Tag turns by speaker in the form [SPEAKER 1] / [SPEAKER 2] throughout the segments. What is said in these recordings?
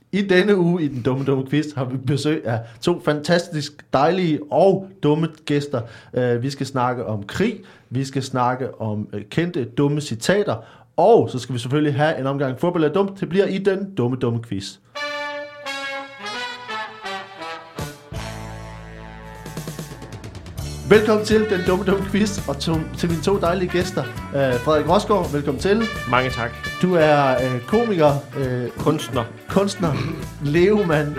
[SPEAKER 1] I denne uge i den dumme quiz har vi besøg af 2 fantastisk dejlige og dumme gæster. Vi skal snakke om krig, vi skal snakke om kendte dumme citater, og så skal vi selvfølgelig have en omgang fodbold er dumt. Det bliver i den dumme quiz. Velkommen til den dumme quiz, og til mine 2 dejlige gæster. Frederik Rosgaard, velkommen til.
[SPEAKER 2] Mange tak.
[SPEAKER 1] Du er komiker, kunstner, levemand,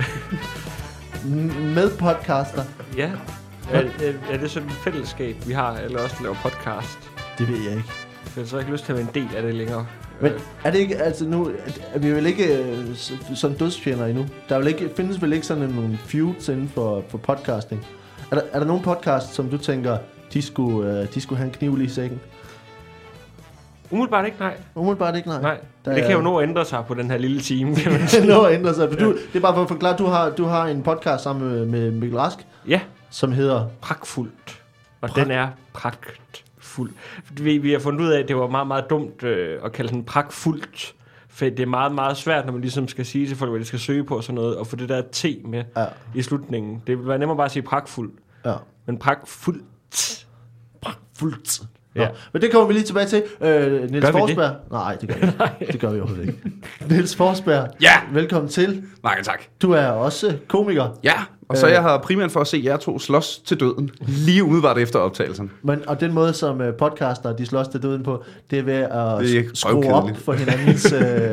[SPEAKER 1] medpodcaster.
[SPEAKER 2] Ja. Er det sådan et fællesskab, vi har, eller også laver podcast?
[SPEAKER 1] Det ved jeg ikke.
[SPEAKER 2] Jeg har så ikke lyst til at være en del af det længere.
[SPEAKER 1] Men er det ikke, altså nu er vi vel ikke sådan dødsfjender endnu? Findes vel ikke sådan nogle feuds inden for podcasting? Er der nogle podcasts, som du tænker, de skulle have en kniv lige i sækken?
[SPEAKER 2] Umiddelbart ikke, nej.
[SPEAKER 1] Umiddelbart ikke, nej.
[SPEAKER 2] Det kan jo nå at ændre sig på den her lille time.
[SPEAKER 1] Det kan nå at ændre sig. Det er bare for at forklare, du har en podcast sammen med Mikkel Rask.
[SPEAKER 2] Ja.
[SPEAKER 1] Som hedder?
[SPEAKER 2] Pragtfuldt. Og den er pragtfuld. Vi har fundet ud af, at det var meget, meget dumt at kalde den pragtfuldt. For det er meget, meget svært, når man ligesom skal sige til folk, hvad de skal søge på og sådan noget, og få det der T med i slutningen. Det vil være nemmere bare at sige pragtfuld. Ja. Men pragtfuldt.
[SPEAKER 1] Pragtfuldt. Ja. Men det kommer vi lige tilbage til. Niels Forsberg. Nej, det gør vi ikke. Det gør vi overhovedet ikke. Niels Forsberg.
[SPEAKER 3] Ja.
[SPEAKER 1] Velkommen til.
[SPEAKER 3] Mange tak.
[SPEAKER 1] Du er også komiker.
[SPEAKER 3] Ja, og så jeg har primært for at se jer 2 slås til døden. Lige umiddelbart efter optagelsen.
[SPEAKER 1] Og den måde, som podcaster de slås til døden på, det er ved at skrue op for hinandens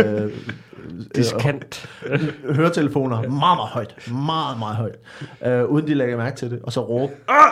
[SPEAKER 2] diskant
[SPEAKER 1] høretelefoner. Meget, meget højt. Meget, meget højt. Uden de lægger mærke til det. Og så råbe.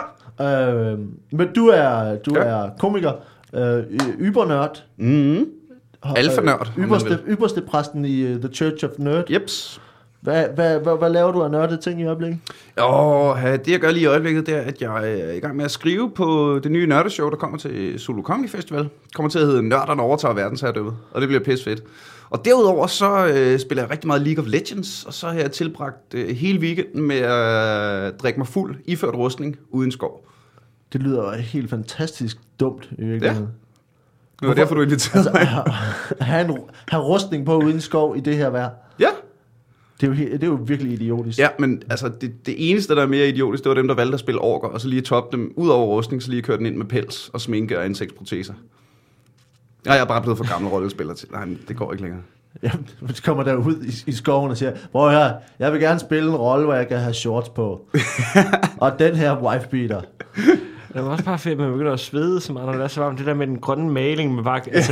[SPEAKER 1] Men du er komiker, ybernørd,
[SPEAKER 3] alfanørd,
[SPEAKER 1] ypperste præsten i The Church of Nerd.
[SPEAKER 3] Jeps.
[SPEAKER 1] Hvad laver du af nørdede ting i øjeblikket?
[SPEAKER 3] Det jeg gør lige i øjeblikket, det er, at jeg er i gang med at skrive på det nye nørdeshow, der kommer til Zulu Comedy Festival. Kommer til at hedde Nørderne overtager verdensherredømmet, og det bliver pissefedt. Og derudover så spiller jeg rigtig meget League of Legends, og så har jeg tilbragt hele weekenden med at drikke mig fuld, iført rustning, uden skov.
[SPEAKER 1] Det lyder helt fantastisk dumt i virkeligheden.
[SPEAKER 3] Ja. Det var derfor, du inviterede mig.
[SPEAKER 1] Have rustning på uden skov i det her vejr.
[SPEAKER 3] Ja.
[SPEAKER 1] Det er jo virkelig idiotisk.
[SPEAKER 3] Ja, men altså det eneste, der er mere idiotisk, det var dem, der valgte at spille orker, og så lige toppe dem ud over rustning, så lige køre den ind med pels og sminke og ansigtsproteser. Ja, jeg er bare blevet for gammel rollespiller til. Nej, det går ikke længere.
[SPEAKER 1] Ja, du kommer derud i skoven og siger, prøv at høre, jeg vil gerne spille en rolle, hvor jeg kan have shorts på. Og den her wifebeater.
[SPEAKER 2] Det var også bare fedt, at man begynder at svede så meget, når det er så varmt. Det der med den grønne maling med vagt. Altså,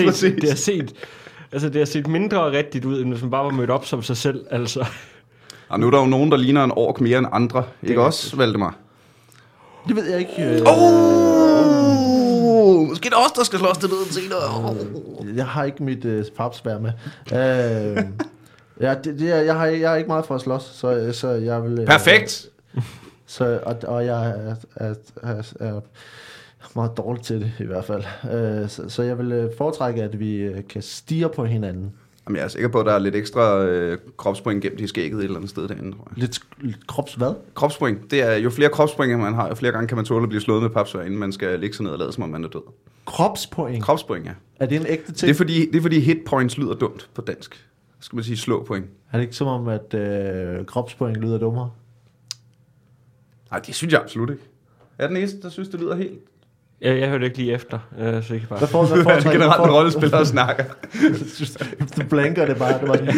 [SPEAKER 2] det har set mindre rigtigt ud, end hvis man bare var mødt op som sig selv, altså.
[SPEAKER 3] Og nu er der jo nogen, der ligner en ork mere end andre. Ikke også, Valdemar?
[SPEAKER 1] Det ved jeg ikke.
[SPEAKER 3] Måske det også, der skal slås til døden senere.
[SPEAKER 1] Jeg har ikke mit papsvær med. Jeg er ikke meget for at slås, så jeg vil...
[SPEAKER 3] Perfekt!
[SPEAKER 1] Og jeg er meget dårlig til det i hvert fald. Så jeg vil foretrække, at vi kan stirre på hinanden.
[SPEAKER 3] Jamen, jeg er sikker på, at der er lidt ekstra kropsspring gemt i skægget et eller andet sted derinde, tror jeg.
[SPEAKER 1] Lidt hvad?
[SPEAKER 3] Kropsspring. Det er jo flere kropsspring, man har, jo flere gange kan man tåle at blive slået med papsvær, inden man skal ligge sig ned og lade, som om man er død.
[SPEAKER 1] Kropsspring?
[SPEAKER 3] Kropsspring, ja.
[SPEAKER 1] Er det en ægte ting?
[SPEAKER 3] Det er fordi hit points lyder dumt på dansk. Skal man sige slå point.
[SPEAKER 1] Er det ikke som om, at kropsspring lyder dummere?
[SPEAKER 3] Nej, det synes jeg absolut ikke. Er den eneste, der synes, det lyder helt...
[SPEAKER 2] Jeg hørte ikke lige efter, så jeg kan bare...
[SPEAKER 1] Hvad får
[SPEAKER 3] generelt en rollespiller og snakker.
[SPEAKER 1] Du blanker det bare. Det var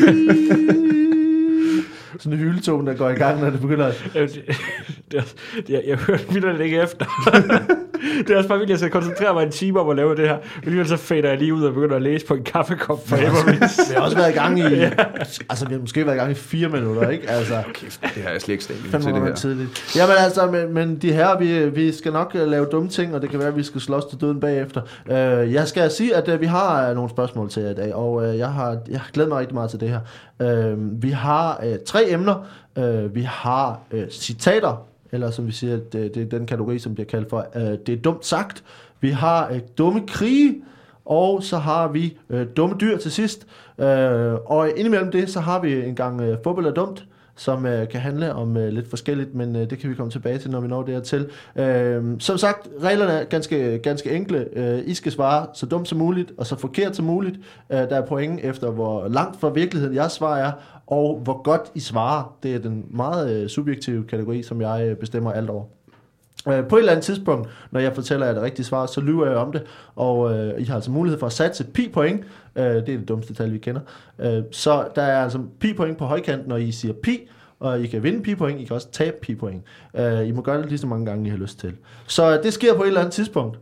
[SPEAKER 1] sådan en hyldetone, der går i gang, når det begynder...
[SPEAKER 2] Jeg hørte vildt ikke efter. Det er også bare vildt, at jeg skal koncentrere mig en time om at lave det her. Men alligevel så fader jeg lige ud og begynder at læse på en kaffekop for Evervis.
[SPEAKER 1] Vi har også været i gang i... Altså, vi har måske været i gang i 4 minutter, ikke? Altså,
[SPEAKER 3] det har jeg slet ikke stemmet til det her.
[SPEAKER 1] Tidligt. Jamen altså, men de her, vi skal nok lave dumme ting, og det kan være, at vi skal slås til døden bagefter. Jeg skal sige, at vi har nogle spørgsmål til jer i dag, og jeg har glædet mig rigtig meget til det her. Vi har 3 emner. Vi har citater, eller som vi siger, det er den kategori, som bliver kaldt for, det er dumt sagt. Vi har dumme krige, og så har vi dumme dyr til sidst. Og indimellem det, så har vi en gang fodbold er dumt, som kan handle om lidt forskelligt, men det kan vi komme tilbage til, når vi når dertil. Som sagt, reglerne er ganske enkle. I skal svare så dumt som muligt, og så forkert som muligt. Der er point efter, hvor langt fra virkeligheden jeres svar er, og hvor godt I svarer. Det er den meget subjektive kategori, som jeg bestemmer alt over. På et eller andet tidspunkt, når jeg fortæller jer det rigtige svar, så lyver jeg om det, og I har altså mulighed for at satse pi-point. Det er det dummeste tal, vi kender. Så der er altså pi-point på højkant, når I siger pi, og I kan vinde pi-point, I kan også tabe pi-point. I må gøre det lige så mange gange, I har lyst til. Så det sker på et eller andet tidspunkt.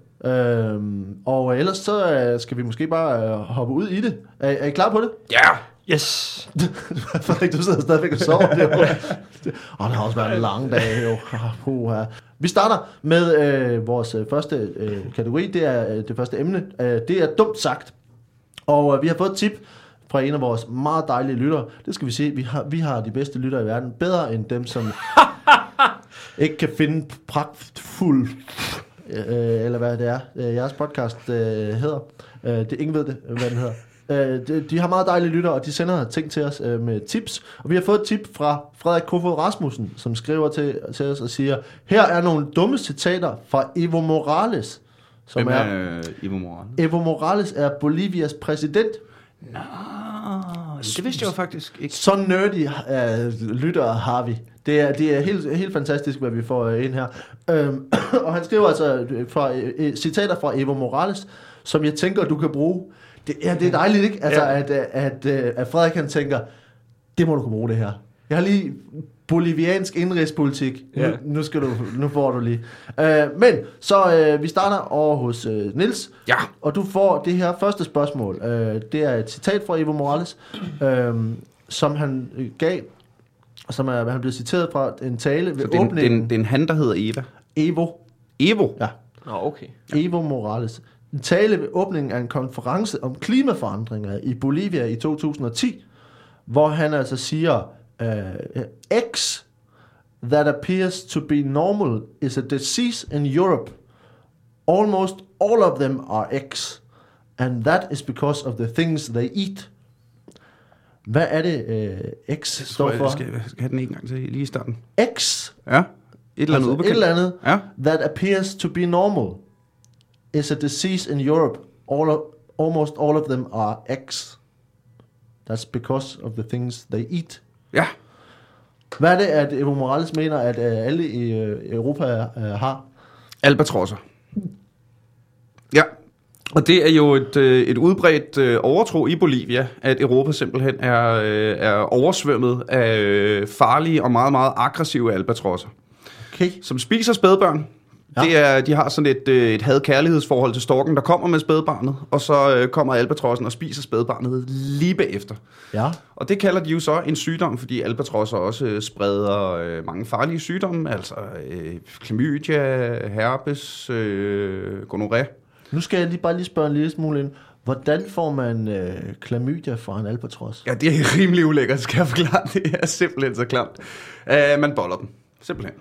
[SPEAKER 1] Og ellers så skal vi måske bare hoppe ud i det. Er I klar på det?
[SPEAKER 3] Ja! Yeah.
[SPEAKER 2] Yes!
[SPEAKER 1] Frederik, du sidder stadigvæk og sover. Det har også været en lang dag. Vi starter med vores første kategori. Det er det første emne. Det er dumt sagt. Og vi har fået et tip fra en af vores meget dejlige lyttere. Det skal vi se. Vi har de bedste lyttere i verden. Bedre end dem, som ikke kan finde pragtfuld... eller hvad det er. Jeres podcast hedder. Ingen ved det, hvad den hedder. De har meget dejlige lyttere, og de sender ting til os med tips. Og vi har fået et tip fra Frederik Kofod Rasmussen, som skriver til os og siger: her er nogle dumme citater fra Evo Morales.
[SPEAKER 3] Hvem er Evo Morales?
[SPEAKER 1] Evo Morales er Bolivias præsident.
[SPEAKER 3] Nå, det vidste jeg jo faktisk ikke.
[SPEAKER 1] Så nerdy lyttere har vi. Det er helt fantastisk, hvad vi får ind her. Og han skriver altså citater fra Evo Morales, som jeg tænker, du kan bruge. Det er dejligt, ikke? Altså, at Frederik han tænker, det må du kunne bruge det her. Jeg har lige boliviansk indrigspolitik.
[SPEAKER 3] Ja.
[SPEAKER 1] Nu får du lige. Men så vi starter over hos Niels.
[SPEAKER 3] Ja.
[SPEAKER 1] Og du får det her første spørgsmål. Det er et citat fra Evo Morales, som han gav, som han blev citeret fra en tale ved åbningen.
[SPEAKER 3] Det er en han, der hedder Eva.
[SPEAKER 1] Evo? Ja.
[SPEAKER 2] Nå, okay.
[SPEAKER 1] Evo Morales. En tale ved åbningen af en konference om klimaforandringer i Bolivia i 2010, hvor han altså siger, X that appears to be normal is a disease in Europe. Almost all of them are X, and that is because of the things they eat. Hvad er det, X står for?
[SPEAKER 3] Jeg skal have den en gang til lige i starten.
[SPEAKER 1] X.
[SPEAKER 3] Ja, et eller andet ubekendt.
[SPEAKER 1] Et eller andet,
[SPEAKER 3] ja.
[SPEAKER 1] That appears to be normal is a disease in Europe. Almost all of them are X. That's because of the things they eat.
[SPEAKER 3] Ja.
[SPEAKER 1] Hvad er det, at Evo Morales mener, at alle i Europa har?
[SPEAKER 3] Albatrosser. Ja. Og det er jo et udbredt overtro i Bolivia, at Europa simpelthen er oversvømmet af farlige og meget, meget aggressive albatrosser.
[SPEAKER 1] Okay.
[SPEAKER 3] Som spiser spædbørn. Ja. De har sådan et had-kærlighedsforhold til storken, der kommer med spædbarnet, og så kommer albatrossen og spiser spædbarnet lige bagefter.
[SPEAKER 1] Ja.
[SPEAKER 3] Og det kalder de jo så en sygdom, fordi albatrosser også spreder mange farlige sygdomme, altså klamydia, herpes, gonorrhea.
[SPEAKER 1] Nu skal jeg bare lige spørge en lille smule ind. Hvordan får man klamydia fra en albatros?
[SPEAKER 3] Ja, det er rimelig ulækkert, skal jeg forklare. Det er simpelthen så klamt. Man boller dem. Simpelthen.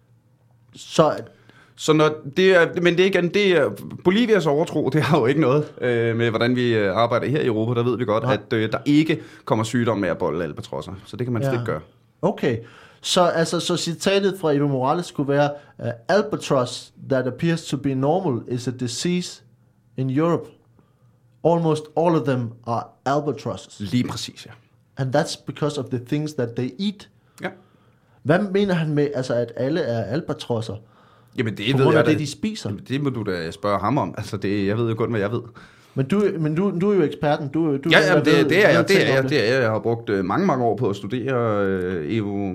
[SPEAKER 3] Så når det er, men det er igen, det er Bolivias overtro, det har jo ikke noget med, hvordan vi arbejder her i Europa. Der ved vi godt, at der ikke kommer sygdom med at bolle albatrosser. Så det kan man slet ikke gøre.
[SPEAKER 1] Okay. Så citatet fra Evo Morales skulle være, albatross that appears to be normal is a disease in Europe. Almost all of them are albatrosses.
[SPEAKER 3] Lige præcis, ja.
[SPEAKER 1] And that's because of the things that they eat.
[SPEAKER 3] Ja. Hvad
[SPEAKER 1] mener han med, altså, at alle er albatrosser?
[SPEAKER 3] Jamen det
[SPEAKER 1] på grund af det, de spiser?
[SPEAKER 3] Jamen, det må du da spørge ham om. Altså, jeg ved jo godt, hvad jeg ved.
[SPEAKER 1] Men du er jo eksperten. Det
[SPEAKER 3] er jeg. Jeg har brugt mange år på at studere Evo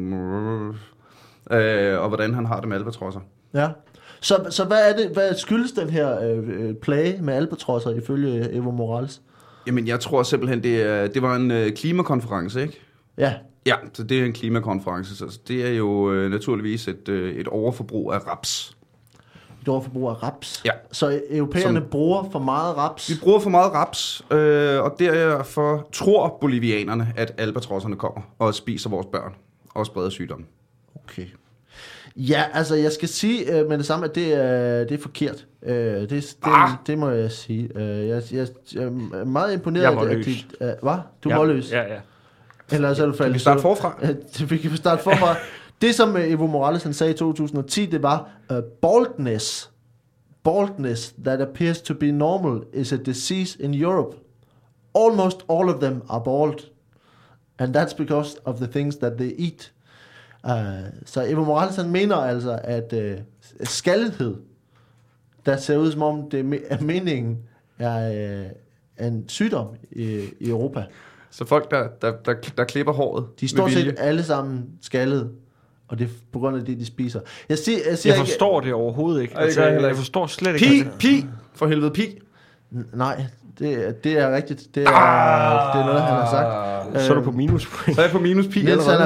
[SPEAKER 3] og hvordan han har det med albatrosser.
[SPEAKER 1] Ja. Så hvad er det? Hvad skyldes den her plage med albatrosser ifølge Evo Morales?
[SPEAKER 3] Jamen, jeg tror simpelthen, det var en klimakonference, ikke?
[SPEAKER 1] Ja.
[SPEAKER 3] Ja, så det er en klimakonference. Så det er jo naturligvis et overforbrug af raps.
[SPEAKER 1] Et overforbrug af raps?
[SPEAKER 3] Ja.
[SPEAKER 1] Så europæerne bruger for meget raps?
[SPEAKER 3] Vi bruger for meget raps, og derfor tror bolivianerne, at albatrosserne kommer og spiser vores børn og spreder sygdommen.
[SPEAKER 1] Okay. Ja, altså jeg skal sige med det samme, at det er forkert. Det må jeg sige. Jeg er meget imponeret
[SPEAKER 2] af dit...
[SPEAKER 1] Hvad? Du er målløs?
[SPEAKER 2] Ja.
[SPEAKER 1] Eller så er du faldet.
[SPEAKER 3] Kan vi starte forfra?
[SPEAKER 1] Vi kan starte forfra. Det, som Evo Morales han sagde i 2010, det var baldness. Baldness that appears to be normal is a disease in Europe. Almost all of them are bald. And that's because of the things that they eat. Så Evo Morales han mener altså, at skaldighed, der ser ud som om det er meningen, er en sygdom i Europa.
[SPEAKER 3] Så folk, der klipper håret.
[SPEAKER 1] De er stort set alle sammen skaldede, og det er på grund af det, de spiser. Jeg
[SPEAKER 2] forstår det overhovedet ikke. Altså, jeg forstår slet ikke.
[SPEAKER 3] Pi! For helvede, pi!
[SPEAKER 1] Nej, det er rigtigt. Det er noget, han har sagt.
[SPEAKER 2] Så er du på minuspoint.
[SPEAKER 3] Så er jeg på minus pi.
[SPEAKER 1] Niels han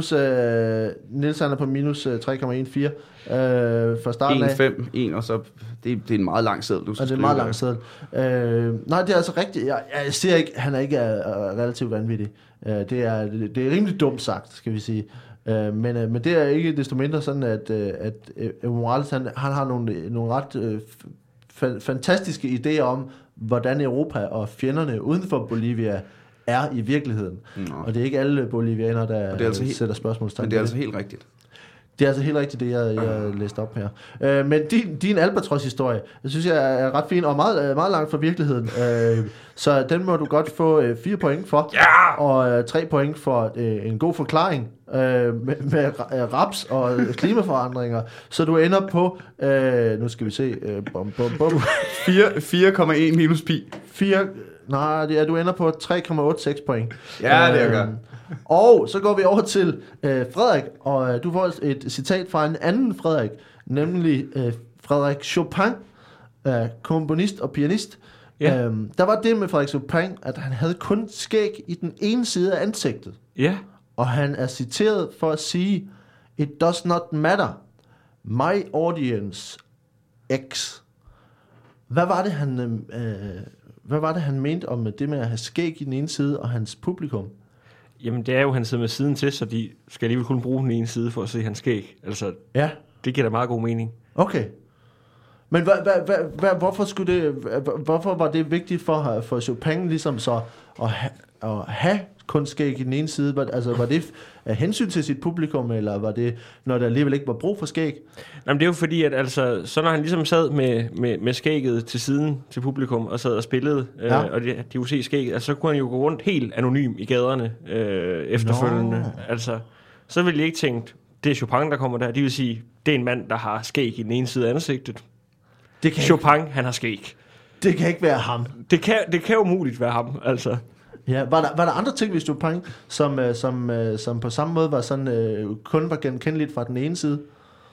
[SPEAKER 1] er på minus 3,14 fra starten af.
[SPEAKER 3] 1,5, og så det er en meget lang seddel, du skal
[SPEAKER 1] det er en meget lang seddel. Nej, det er altså rigtigt. Jeg siger ikke, han er ikke relativt vanvittig. Det er rimelig dumt sagt, skal vi sige. Men det er ikke desto mindre sådan, at Evo Morales han har nogle ret fantastiske idéer om, hvordan Europa og fjenderne uden for Bolivia er i virkeligheden. Og det er ikke alle bolivianere, der sætter spørgsmålstegn.
[SPEAKER 3] Men det er altså helt rigtigt.
[SPEAKER 1] Det er altså helt rigtigt, det jeg læste op her. Men din Albatros-historie, jeg synes jeg er ret fin og meget, meget langt fra virkeligheden. Så den må du godt få 4 point for. Og 3 point for en god forklaring med raps og klimaforandringer. Så du ender på, nu skal vi se,
[SPEAKER 3] 4,1 minus pi.
[SPEAKER 1] Du ender på 3,86 point.
[SPEAKER 3] Ja, det er godt.
[SPEAKER 1] Og så går vi over til Frederik, og du får et citat fra en anden Frederik, nemlig Frederik Chopin, komponist og pianist.
[SPEAKER 2] Ja.
[SPEAKER 1] Der var det med Frederik Chopin, at han havde kun skæg i den ene side af ansigtet.
[SPEAKER 2] Ja.
[SPEAKER 1] Og han er citeret for at sige, "It does not matter. My audience X." Hvad var det, han mente om det med at have skæg i den ene side og hans publikum?
[SPEAKER 2] Jamen, det er jo, han sidder med siden til, så de skal alligevel kun bruge den ene side for at se hans skæg. Altså,
[SPEAKER 1] ja.
[SPEAKER 2] Det giver da meget god mening.
[SPEAKER 1] Okay. Men hvorfor var det vigtigt for Chopin ligesom så at have kun skæg i den ene side? Altså, var det af hensyn til sit publikum, eller var det, når der alligevel ikke var brug for skæg?
[SPEAKER 2] Jamen, det er jo fordi, at altså, så når han ligesom sad med skægget til siden til publikum, og sad og spillede, og de kunne se skægget, altså, så kunne han jo gå rundt helt anonym i gaderne efterfølgende. Altså, så ville de ikke tænke, det er Chopin, der kommer der. De vil sige, det er en mand, der har skæg i den ene side af ansigtet. Chopin, han har skæg.
[SPEAKER 1] Det kan ikke være ham.
[SPEAKER 2] Det kan jo muligt være ham, altså.
[SPEAKER 1] Ja, var der andre ting ved Chopin, som på samme måde var sådan, kun var genkendeligt fra den ene side?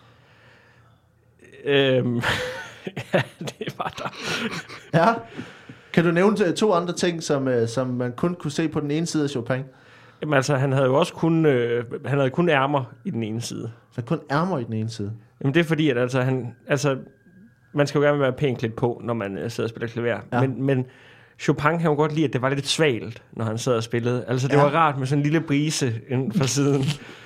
[SPEAKER 2] Ja, det var der.
[SPEAKER 1] Ja. Kan du nævne 2 andre ting, som man kun kunne se på den ene side af Chopin?
[SPEAKER 2] Jamen altså, han havde jo også kun ærmer i den ene side.
[SPEAKER 1] Så kun ærmer i den ene side?
[SPEAKER 2] Jamen det er fordi, at man skal jo gerne være pænt klædt på, når man sidder og spiller klaver. Ja. Men Chopin kan jo godt lide, at det var lidt svalt, når han sad og spillede. Altså det var rart med sådan en lille brise inden for siden.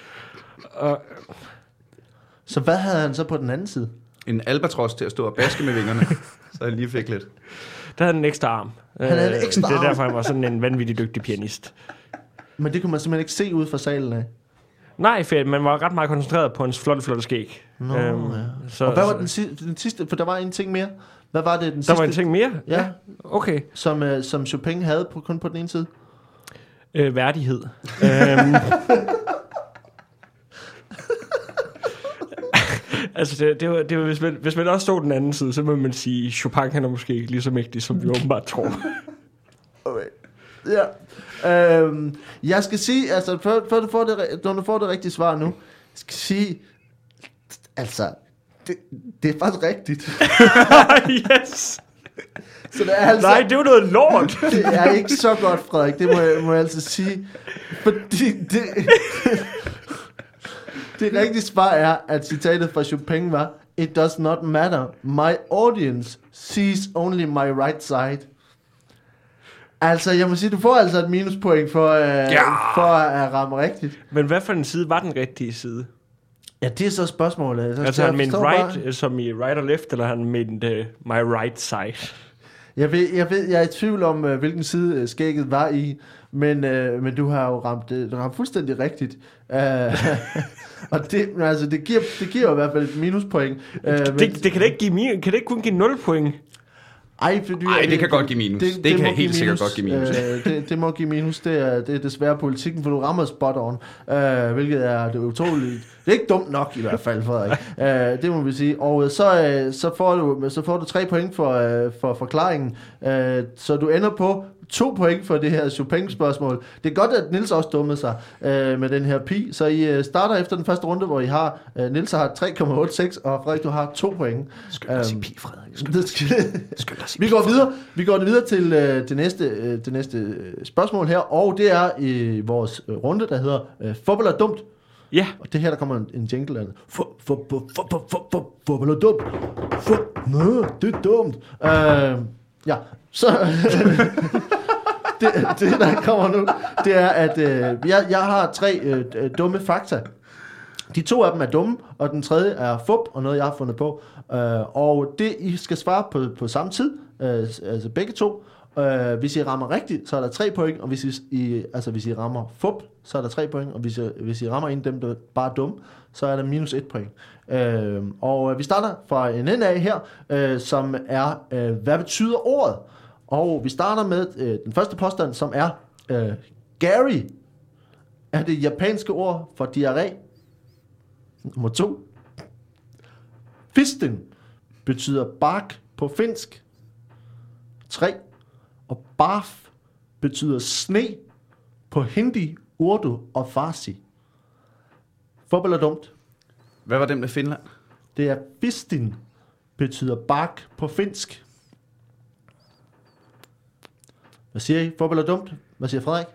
[SPEAKER 1] Så hvad havde han så på den anden side?
[SPEAKER 3] En albatros til at stå og baske med vingerne, så han lige fik lidt.
[SPEAKER 2] Der havde han en ekstra arm.
[SPEAKER 1] Han havde en ekstra arm?
[SPEAKER 2] Det er derfor, han var sådan en vanvittig dygtig pianist.
[SPEAKER 1] Men det kunne man simpelthen ikke se ud fra salen af?
[SPEAKER 2] Nej, for man var ret meget koncentreret på hans flotte skæg.
[SPEAKER 1] Ja. Og hvad var den sidste? For der var en ting mere. Hvad var det den sidste?
[SPEAKER 2] Der var en ting mere?
[SPEAKER 1] Ja.
[SPEAKER 2] Okay.
[SPEAKER 1] Som Chopin havde kun på den ene side?
[SPEAKER 2] Værdighed. Altså, det var, hvis man også stod den anden side, så må man sige, Chopin han er måske ikke lige så mægtig, som vi åbenbart tror.
[SPEAKER 1] Okay. Ja. Jeg skal sige, altså, når du får det rigtige svar nu, jeg skal sige, altså, det er faktisk rigtigt.
[SPEAKER 2] Yes!
[SPEAKER 1] Så det er altså,
[SPEAKER 2] nej, det var noget lort.
[SPEAKER 1] Det er ikke så godt, Frederik, det må jeg altså sige. Fordi det rigtige svar er, at citatet fra Chopin var, "It does not matter. My audience sees only my right side." Altså, jeg må sige, du får altså et minuspoint for at ramme rigtigt.
[SPEAKER 2] Men hvad for en side var den rigtige side?
[SPEAKER 1] Ja, det er så spørgsmålet.
[SPEAKER 2] Altså, han mente right, som i right og left, eller han mente my right side?
[SPEAKER 1] Jeg er i tvivl om, hvilken side skægget var i, Men du har jo ramt fuldstændig rigtigt. Og det giver jo i hvert fald et minuspoint.
[SPEAKER 2] Det kan det ikke kun give 0 point?
[SPEAKER 3] Ej, det kan godt give minus. Det kan helt sikkert godt give minus.
[SPEAKER 1] Det må give minus. Det er desværre politikken, for du rammer spot on. Hvilket er utroligt. Det er ikke dumt nok i hvert fald, Frederik. Det må vi sige. Og så får du 3 point for forklaringen. Så du ender på 2 point for det her Chopin-spørgsmål. Det er godt, at Niels også dummede sig med den her pi. Så I starter efter den første runde, hvor I har... Niels har 3,86, og Frederik, du har 2 point.
[SPEAKER 3] Skynd dig sige pi, Frederik.
[SPEAKER 1] Vi går videre til det næste spørgsmål her, og det er i vores runde, der hedder Fodbold er dumt.
[SPEAKER 2] Ja.
[SPEAKER 1] Og det her, der kommer en jingle af det. Fodbold er dumt. Det er dumt. Ja, så... det, der kommer nu, det er, at jeg har 3 dumme fakta. De 2 af dem er dumme, og den tredje er fup, og noget, jeg har fundet på. Og det, I skal svare på samme tid, altså begge 2. Hvis I rammer rigtigt, så er der 3 point, og hvis I rammer fup, så er der 3 point, og hvis I rammer en af dem, der bare er dumme, så er der minus 1 point. Og vi starter fra en ende af her, som er, hvad betyder ordet? Og vi starter med den første påstand, som er, Gary er det japanske ord for diarré. Nummer 2. Fisten betyder bark på finsk. 3. Og barf betyder sne på hindi, urdu og farsi. Fodbold er dumt.
[SPEAKER 3] Hvad var den med Finland?
[SPEAKER 1] Det er fistin betyder bark på finsk. Hvad siger I? Fodbold er dumt. Hvad siger Frederik?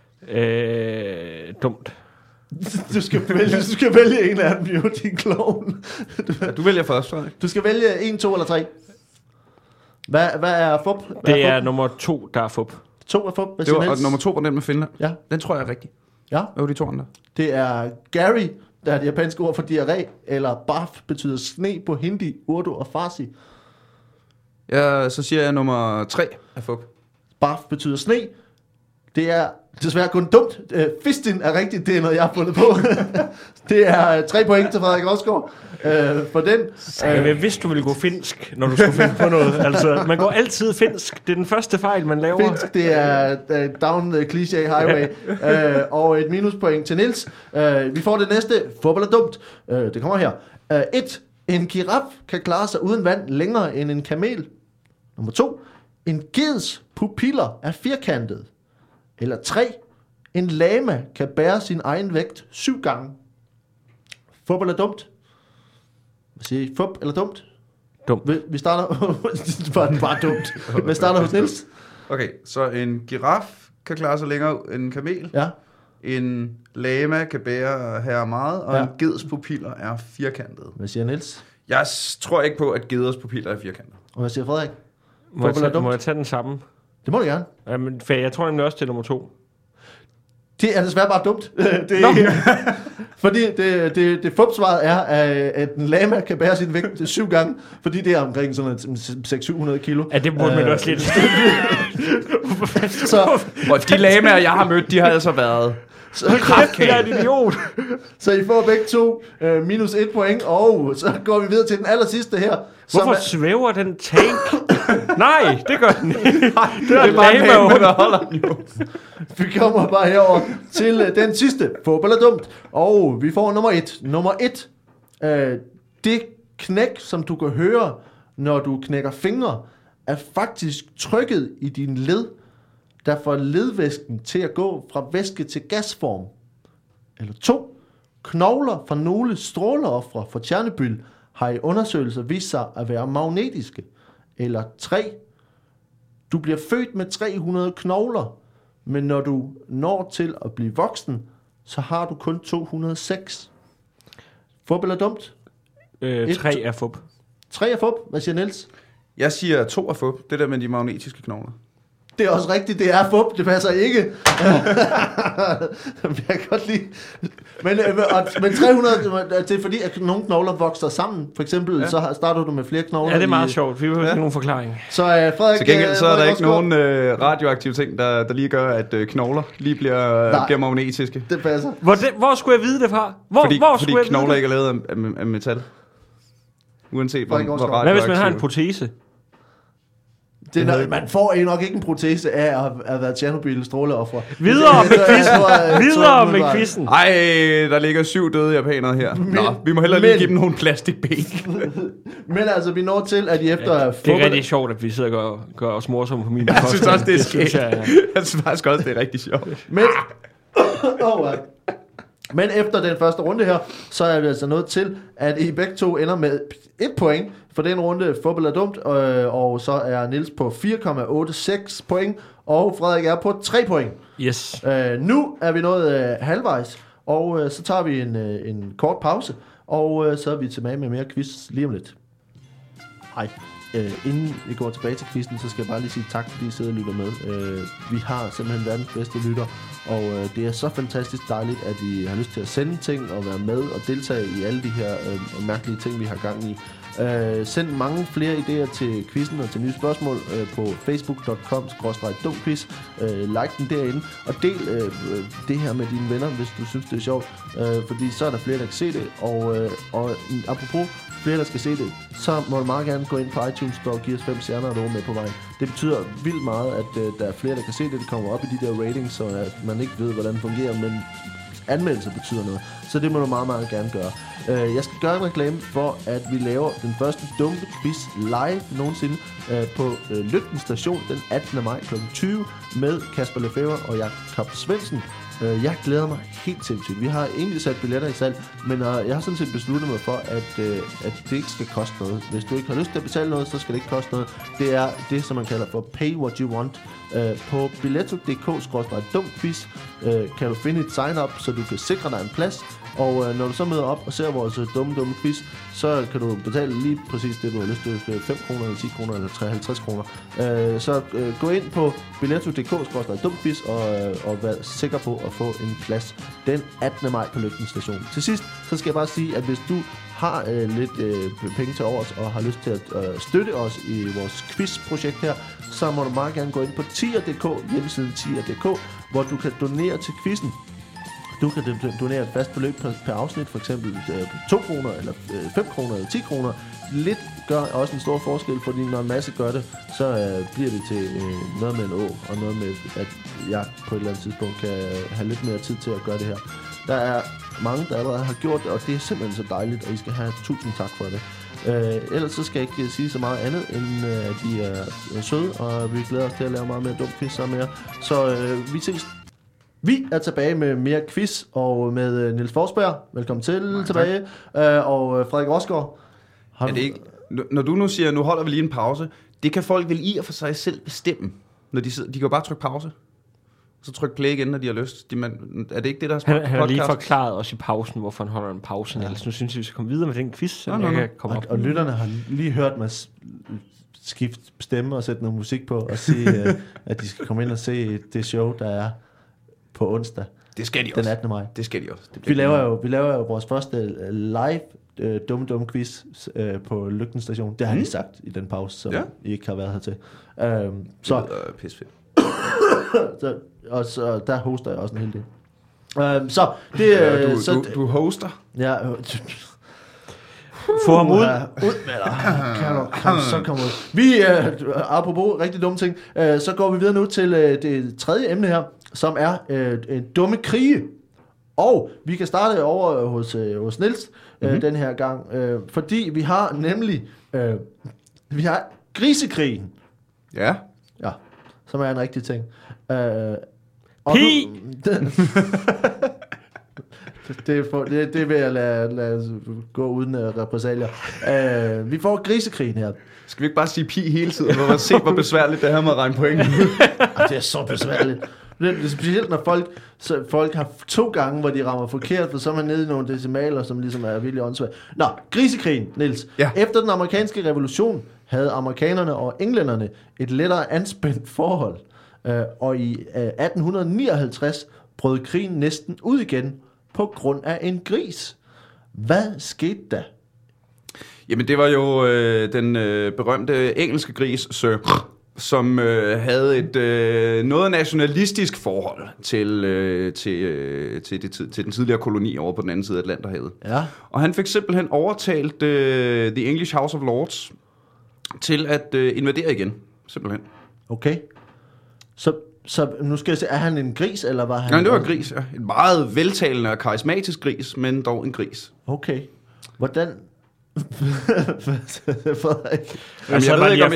[SPEAKER 2] Dumt.
[SPEAKER 1] Du skal vælge en af dem, jo, din klovn.
[SPEAKER 3] Du vælger først, Frederik.
[SPEAKER 1] Du skal vælge 1, 2 eller 3. Hvad er fup?
[SPEAKER 2] Det er nummer 2, der er fup.
[SPEAKER 1] 2 er fup.
[SPEAKER 3] Og nummer 2 var den med Finland.
[SPEAKER 1] Ja.
[SPEAKER 3] Den tror jeg er rigtig.
[SPEAKER 1] Ja.
[SPEAKER 3] Hvad var de 2 andre?
[SPEAKER 1] Det er Gary, der er det japanske ord for diarré, eller barf betyder sne på hindi, urdu og farsi.
[SPEAKER 3] Ja, så siger jeg nummer 3 er fup.
[SPEAKER 1] Barf betyder sne. Det er desværre kun dumt. Fistin er rigtigt, det er noget, jeg har fundet på. Det er 3 point til Frederik Rosgaard for den.
[SPEAKER 2] Jeg vidste, du ville gå finsk, når du skulle finde på noget. Altså, man går altid finsk. Det er den første fejl, man laver.
[SPEAKER 1] Finsk, det er down the cliché highway. Og et minuspoint til Niels. Vi får det næste. Fodbold er dumt. Det kommer her. 1. En giraf kan klare sig uden vand længere end en kamel. Nummer 2. En geds pupiller er firkantet. Eller 3. En lama kan bære sin egen vægt 7 gange. Fodbold er dumt. Hvad siger I? Fup eller dumt?
[SPEAKER 2] Dumt.
[SPEAKER 1] Vi starter... bare dumt. Vi starter hos Niels.
[SPEAKER 3] Okay, så en giraf kan klare sig længere end en kamel.
[SPEAKER 1] Ja.
[SPEAKER 3] En lama kan bære her meget, og en geds pupiller er firkantet.
[SPEAKER 1] Hvad siger Niels?
[SPEAKER 3] Jeg tror ikke på, at geders pupiller er firkantet.
[SPEAKER 1] Og hvad siger Frederik?
[SPEAKER 2] Må jeg tage den samme?
[SPEAKER 1] Det må du gerne.
[SPEAKER 2] Jamen, for jeg tror nemlig også til nummer 2.
[SPEAKER 1] Det er desværre bare dumt. Fordi det fupsvaret er, at en lama kan bære sin vægt 7 gange, fordi det er omkring sådan 600-700 kilo.
[SPEAKER 2] Ja, det burde man også lidt.
[SPEAKER 3] Og de lamaer, jeg har mødt, de har altså været...
[SPEAKER 2] Jeg er en idiot.
[SPEAKER 1] Så I får begge 2 minus 1 point, og så går vi videre til den aller sidste her.
[SPEAKER 2] Hvorfor svæver den tank? Nej, det gør den ikke. Det er
[SPEAKER 3] bare en lama, der holder den jo.
[SPEAKER 1] Vi kommer bare herover til den sidste. Fodbold er dumt. Og vi får nummer 1. Nummer 1. Det knæk, som du kan høre, når du knækker fingre, er faktisk trykket i din led, der får ledvæsken til at gå fra væske til gasform. Eller 2. Knogler fra nogle stråleofre fra Tjernobyl har i undersøgelser vist sig at være magnetiske. Eller 3. Du bliver født med 300 knogler, men når du når til at blive voksen, så har du kun 206. Fup eller dumt?
[SPEAKER 2] 3 er fup.
[SPEAKER 1] 3 er fup. Hvad siger Niels?
[SPEAKER 3] Jeg siger 2 er fup. Det der med de magnetiske knogler.
[SPEAKER 1] Det er også rigtigt, det er fup, det passer ikke. Jeg kan godt lide. Men 300, det er fordi, at nogle knogler vokser sammen. For eksempel, så starter du med flere knogler.
[SPEAKER 2] Ja, det er meget sjovt. Vi vil have nogen forklaring.
[SPEAKER 1] Så Frederik...
[SPEAKER 3] Til gengæld, så er der ikke nogen radioaktive ting, der lige gør, at knogler lige bliver magnetiske.
[SPEAKER 1] Det passer.
[SPEAKER 2] Hvor skulle jeg vide det fra? Fordi
[SPEAKER 3] knogler ikke er lavet af metal. Uanset hvor radioaktive.
[SPEAKER 2] Hvad hvis man har en protese?
[SPEAKER 1] Man får nok ikke en protese af at have været Tjernobyl-stråleoffer.
[SPEAKER 2] Videre med quizzen.
[SPEAKER 3] Ej, der ligger 7 døde japanere her. Nå, vi må hellere lige give dem nogle plastikben.
[SPEAKER 1] Men altså, vi når til, at I efter...
[SPEAKER 2] Det er rigtig sjovt, at vi sidder og gør os morsomme på min
[SPEAKER 3] Jeg synes også, det er skægt. Jeg synes faktisk også, det er rigtig sjovt.
[SPEAKER 1] Men efter den første runde her, så er vi altså nået til, at I begge to ender med 1 point for den runde. Fodbold er dumt, og så er Niels på 4,86 point, og Frederik er på 3 point.
[SPEAKER 2] Yes.
[SPEAKER 1] Nu er vi nået halvvejs, og så tager vi en kort pause, og så er vi tilbage med mere quiz lige om lidt. Hej. Inden vi går tilbage til quizzen, så skal jeg bare lige sige tak, fordi I sidder og lytter med. Vi har simpelthen verdens bedste lytter, og det er så fantastisk dejligt, at I har lyst til at sende ting og være med og deltage i alle de her mærkelige ting, vi har gang i. Send mange flere idéer til quizzen og til nye spørgsmål på facebook.com/dumquiz. Like den derinde, og del det her med dine venner, hvis du synes, det er sjovt, fordi så er der flere, der kan se det, og apropos flere, der skal se det, så må du meget gerne gå ind på iTunes Store og give os 5 stjerner og et ord med på vejen. Det betyder vildt meget, at der er flere, der kan se det. Det kommer op i de der ratings, så at man ikke ved, hvordan det fungerer, men anmeldelser betyder noget. Så det må du meget, meget gerne gøre. Jeg skal gøre en reklame for, at vi laver den første dumme quiz live nogensinde på Lygten Station den 18. maj kl. 20 med Kasper Lefebvre og Jakob Svendsen. Jeg glæder mig helt sindssygt. Vi har egentlig sat billetter i salg, men jeg har sådan set besluttet mig for, at det ikke skal koste noget. Hvis du ikke har lyst til at betale noget, så skal det ikke koste noget. Det er det, som man kalder for pay what you want. På billetto.dk/dumquiz kan du finde et sign-up, så du kan sikre dig en plads. Og når du så møder op og ser vores dumme quiz, så kan du betale lige præcis det, du har lyst til. 5 kroner, eller 10 kroner, eller 53 kroner. Så gå ind på billetto.dk/dumquiz og vær sikker på at få en plads den 18. maj på Lygten Station. Til sidst, så skal jeg bare sige, at hvis du har lidt penge til overs og har lyst til at støtte os i vores quizprojekt her, så må du meget gerne gå ind på tier.dk, hjemmesiden tier.dk, hvor du kan donere til quizzen. Du kan donere et fast beløb per afsnit, for eksempel 2 kroner, eller 5 kroner, eller 10 kroner. Lidt gør også en stor forskel, fordi når en masse gør det, så bliver det til noget med en å, og noget med, at jeg på et eller andet tidspunkt kan have lidt mere tid til at gøre det her. Der er mange, der allerede har gjort det, og det er simpelthen så dejligt, og I skal have 1000 tak for det. Ellers så skal jeg ikke sige så meget andet, end at I er søde, og vi glæder os til at lave meget mere dum quiz sammen med jer. Så vi ses. Vi er tilbage med mere quiz, og med Niels Forsberg. Velkommen til tilbage. Og Frederik Rosgaard.
[SPEAKER 3] Er det ikke, når du nu siger, nu holder vi lige en pause, det kan folk vel i og for sig selv bestemme, når de sidder. De kan jo bare trykke pause, så trykke play igen, når de har lyst. Er det ikke det, der er
[SPEAKER 2] podcast? Han har lige forklaret os i pausen, hvorfor han holder en pause. Ja. Ellers nu synes jeg, vi skal komme videre med den quiz, så jeg kan komme op.
[SPEAKER 1] Og lytterne har lige hørt mig skifte stemme og sætte noget musik på, og sige, at de skal komme ind og se det show, der er på onsdag.
[SPEAKER 3] Det skal de
[SPEAKER 1] den 18. maj.
[SPEAKER 3] Det skal de også.
[SPEAKER 1] Vi laver jo vores første live dumme quiz på Lygten Station. Det har de sagt i den pause, som I ikke har været her til. Så
[SPEAKER 3] pissefedt.
[SPEAKER 1] og så der hoster jeg også en hel del. Så det
[SPEAKER 3] du hoster.
[SPEAKER 1] Ja.
[SPEAKER 2] Få ham ud.
[SPEAKER 1] Ud med dig. Så kom ud. Vi apropos rigtig dumme ting, så går vi videre nu til det tredje emne her, som er dumme krige. Og vi kan starte over hos Niels den her gang, fordi vi har nemlig vi har grisekrigen.
[SPEAKER 3] Ja.
[SPEAKER 1] Ja, som er en rigtig ting. Det vil jeg lade gå uden repressalier. Vi får grisekrigen her.
[SPEAKER 3] Skal vi ikke bare sige pi hele tiden, hvor man ser, hvor besværligt det her med at regne point?
[SPEAKER 1] Det er så besværligt. Det er specielt, når folk har 2 gange, hvor de rammer forkert, for så er man nede i nogle decimaler, som ligesom er virkelig åndssvagt. Nå, grisekrigen, Niels. Ja. Efter den amerikanske revolution havde amerikanerne og englænderne et lettere anspændt forhold. Og i 1859 brød krigen næsten ud igen på grund af en gris. Hvad skete der?
[SPEAKER 3] Jamen, det var jo den berømte engelske gris, Sir, som havde et noget nationalistisk forhold til den tidligere koloni over på den anden side af Atlanterhavet.
[SPEAKER 1] Ja.
[SPEAKER 3] Og han fik simpelthen overtalt The English House of Lords til at invadere igen, simpelthen.
[SPEAKER 1] Okay. Så nu skal jeg se, er han en gris, eller var han...
[SPEAKER 3] Nej, det var en gris, ja. En meget veltalende og karismatisk gris, men dog en gris.
[SPEAKER 1] Okay. Hvordan...
[SPEAKER 3] Jeg ved ikke,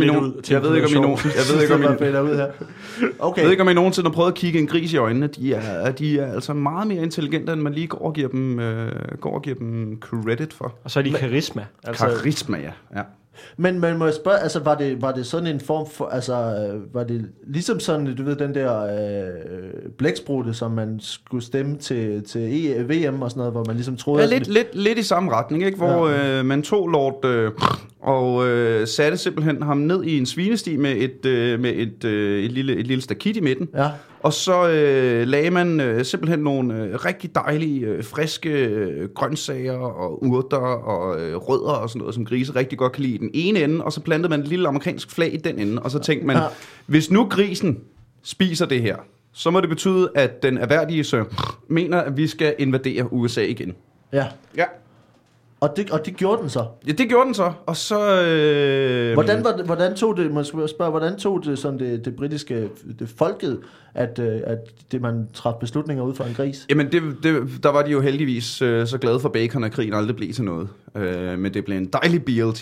[SPEAKER 3] om I nogensinde har prøvet at kigge en gris i øjnene. De er altså meget mere intelligente, end man lige går og giver dem credit for.
[SPEAKER 2] Og så er de karisma.
[SPEAKER 3] Altså... Karisma, ja.
[SPEAKER 1] Men man må spørge, altså var det sådan en form for, altså var det ligesom sådan, du ved, den der blæksprutte, som man skulle stemme til VM og sådan noget, hvor man ligesom troede...
[SPEAKER 3] Ja, lidt i samme retning, ikke? Hvor man tog Lord og satte simpelthen ham ned i en svinesti med et lille stakit i midten. Ja. Og så lagde man simpelthen nogle rigtig dejlige, friske grøntsager og urter og rødder og sådan noget, som grise rigtig godt kan lide i den ene ende, og så plantede man et lille amerikansk flag i den ende, og så tænkte man, hvis nu grisen spiser det her, så må det betyde, at den erhverdige Sir mener, at vi skal invadere USA igen.
[SPEAKER 1] Ja. Ja. Og det gjorde den så?
[SPEAKER 3] Ja, det gjorde den så, og så...
[SPEAKER 1] Hvordan tog det sådan det britiske folket, at det man træffede beslutninger ud fra en gris?
[SPEAKER 3] Jamen, der var de jo heldigvis så glade for bacon, at krigen aldrig blev til noget. Men det blev en dejlig BLT.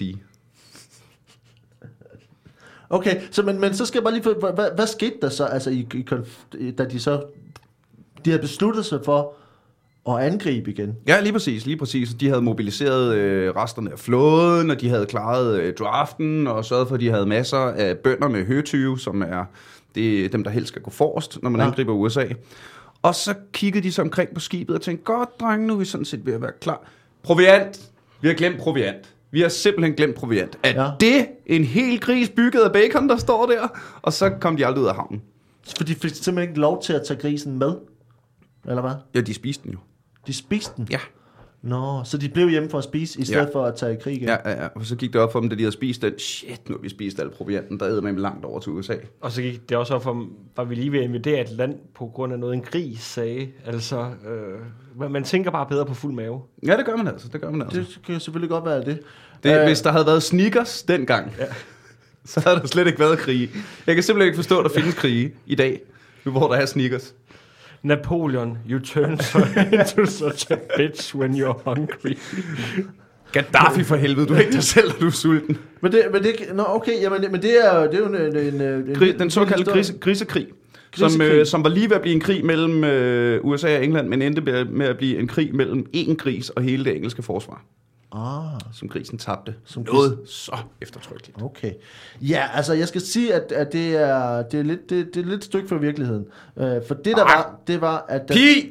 [SPEAKER 1] Okay, men så skal jeg bare lige få... Hvad skete der så, altså, da de havde besluttet sig for at angribe igen?
[SPEAKER 3] Ja, lige præcis. De havde mobiliseret resterne af flåden, og de havde klaret draften, og sørget for, at de havde masser af bønder med høtyve, som er dem, der helst skal gå forrest, når man angriber USA. Og så kiggede de så omkring på skibet og tænkte, godt, drenge, nu er vi sådan set ved at være klar. Proviant! Vi har glemt proviant. Vi har simpelthen glemt proviant. Det en hel gris bygget af bacon, der står der? Og så kom de aldrig ud af havnen.
[SPEAKER 1] For de fik simpelthen ikke lov til at tage grisen med? Eller hvad?
[SPEAKER 3] Ja, de spiste den jo.
[SPEAKER 1] De spiste den?
[SPEAKER 3] Ja.
[SPEAKER 1] Nå, så de blev hjemme for at spise, i stedet for at tage i krig igen?
[SPEAKER 3] Ja. Og så gik det op for dem, da de havde spist den. Shit, nu har vi spist al provianten, der æder man langt over til USA.
[SPEAKER 2] Og så gik det også op for, var vi lige ved at invadere et land på grund af noget, en gris sagde. Altså, man tænker bare bedre på fuld mave.
[SPEAKER 3] Ja, det gør man altså.
[SPEAKER 1] Det kan selvfølgelig godt være det.
[SPEAKER 3] Hvis der havde været Snickers dengang, så havde der slet ikke været krige. Jeg kan simpelthen ikke forstå, at der findes krige i dag, hvor der er Snickers.
[SPEAKER 2] Napoleon, you turn into such a bitch when you're hungry.
[SPEAKER 3] Gaddafi for helvede, du er ikke dig selv, når du er sulten.
[SPEAKER 1] Men det er jo en
[SPEAKER 3] den såkaldte grisekrig, som var lige ved at blive en krig mellem USA og England, men endte med at blive en krig mellem én gris og hele det engelske forsvar. Som grisen tabte. Noget så eftertrykkeligt.
[SPEAKER 1] Okay. Ja, altså jeg skal sige, at det er lidt stykke fra virkeligheden. For det der var, det var at...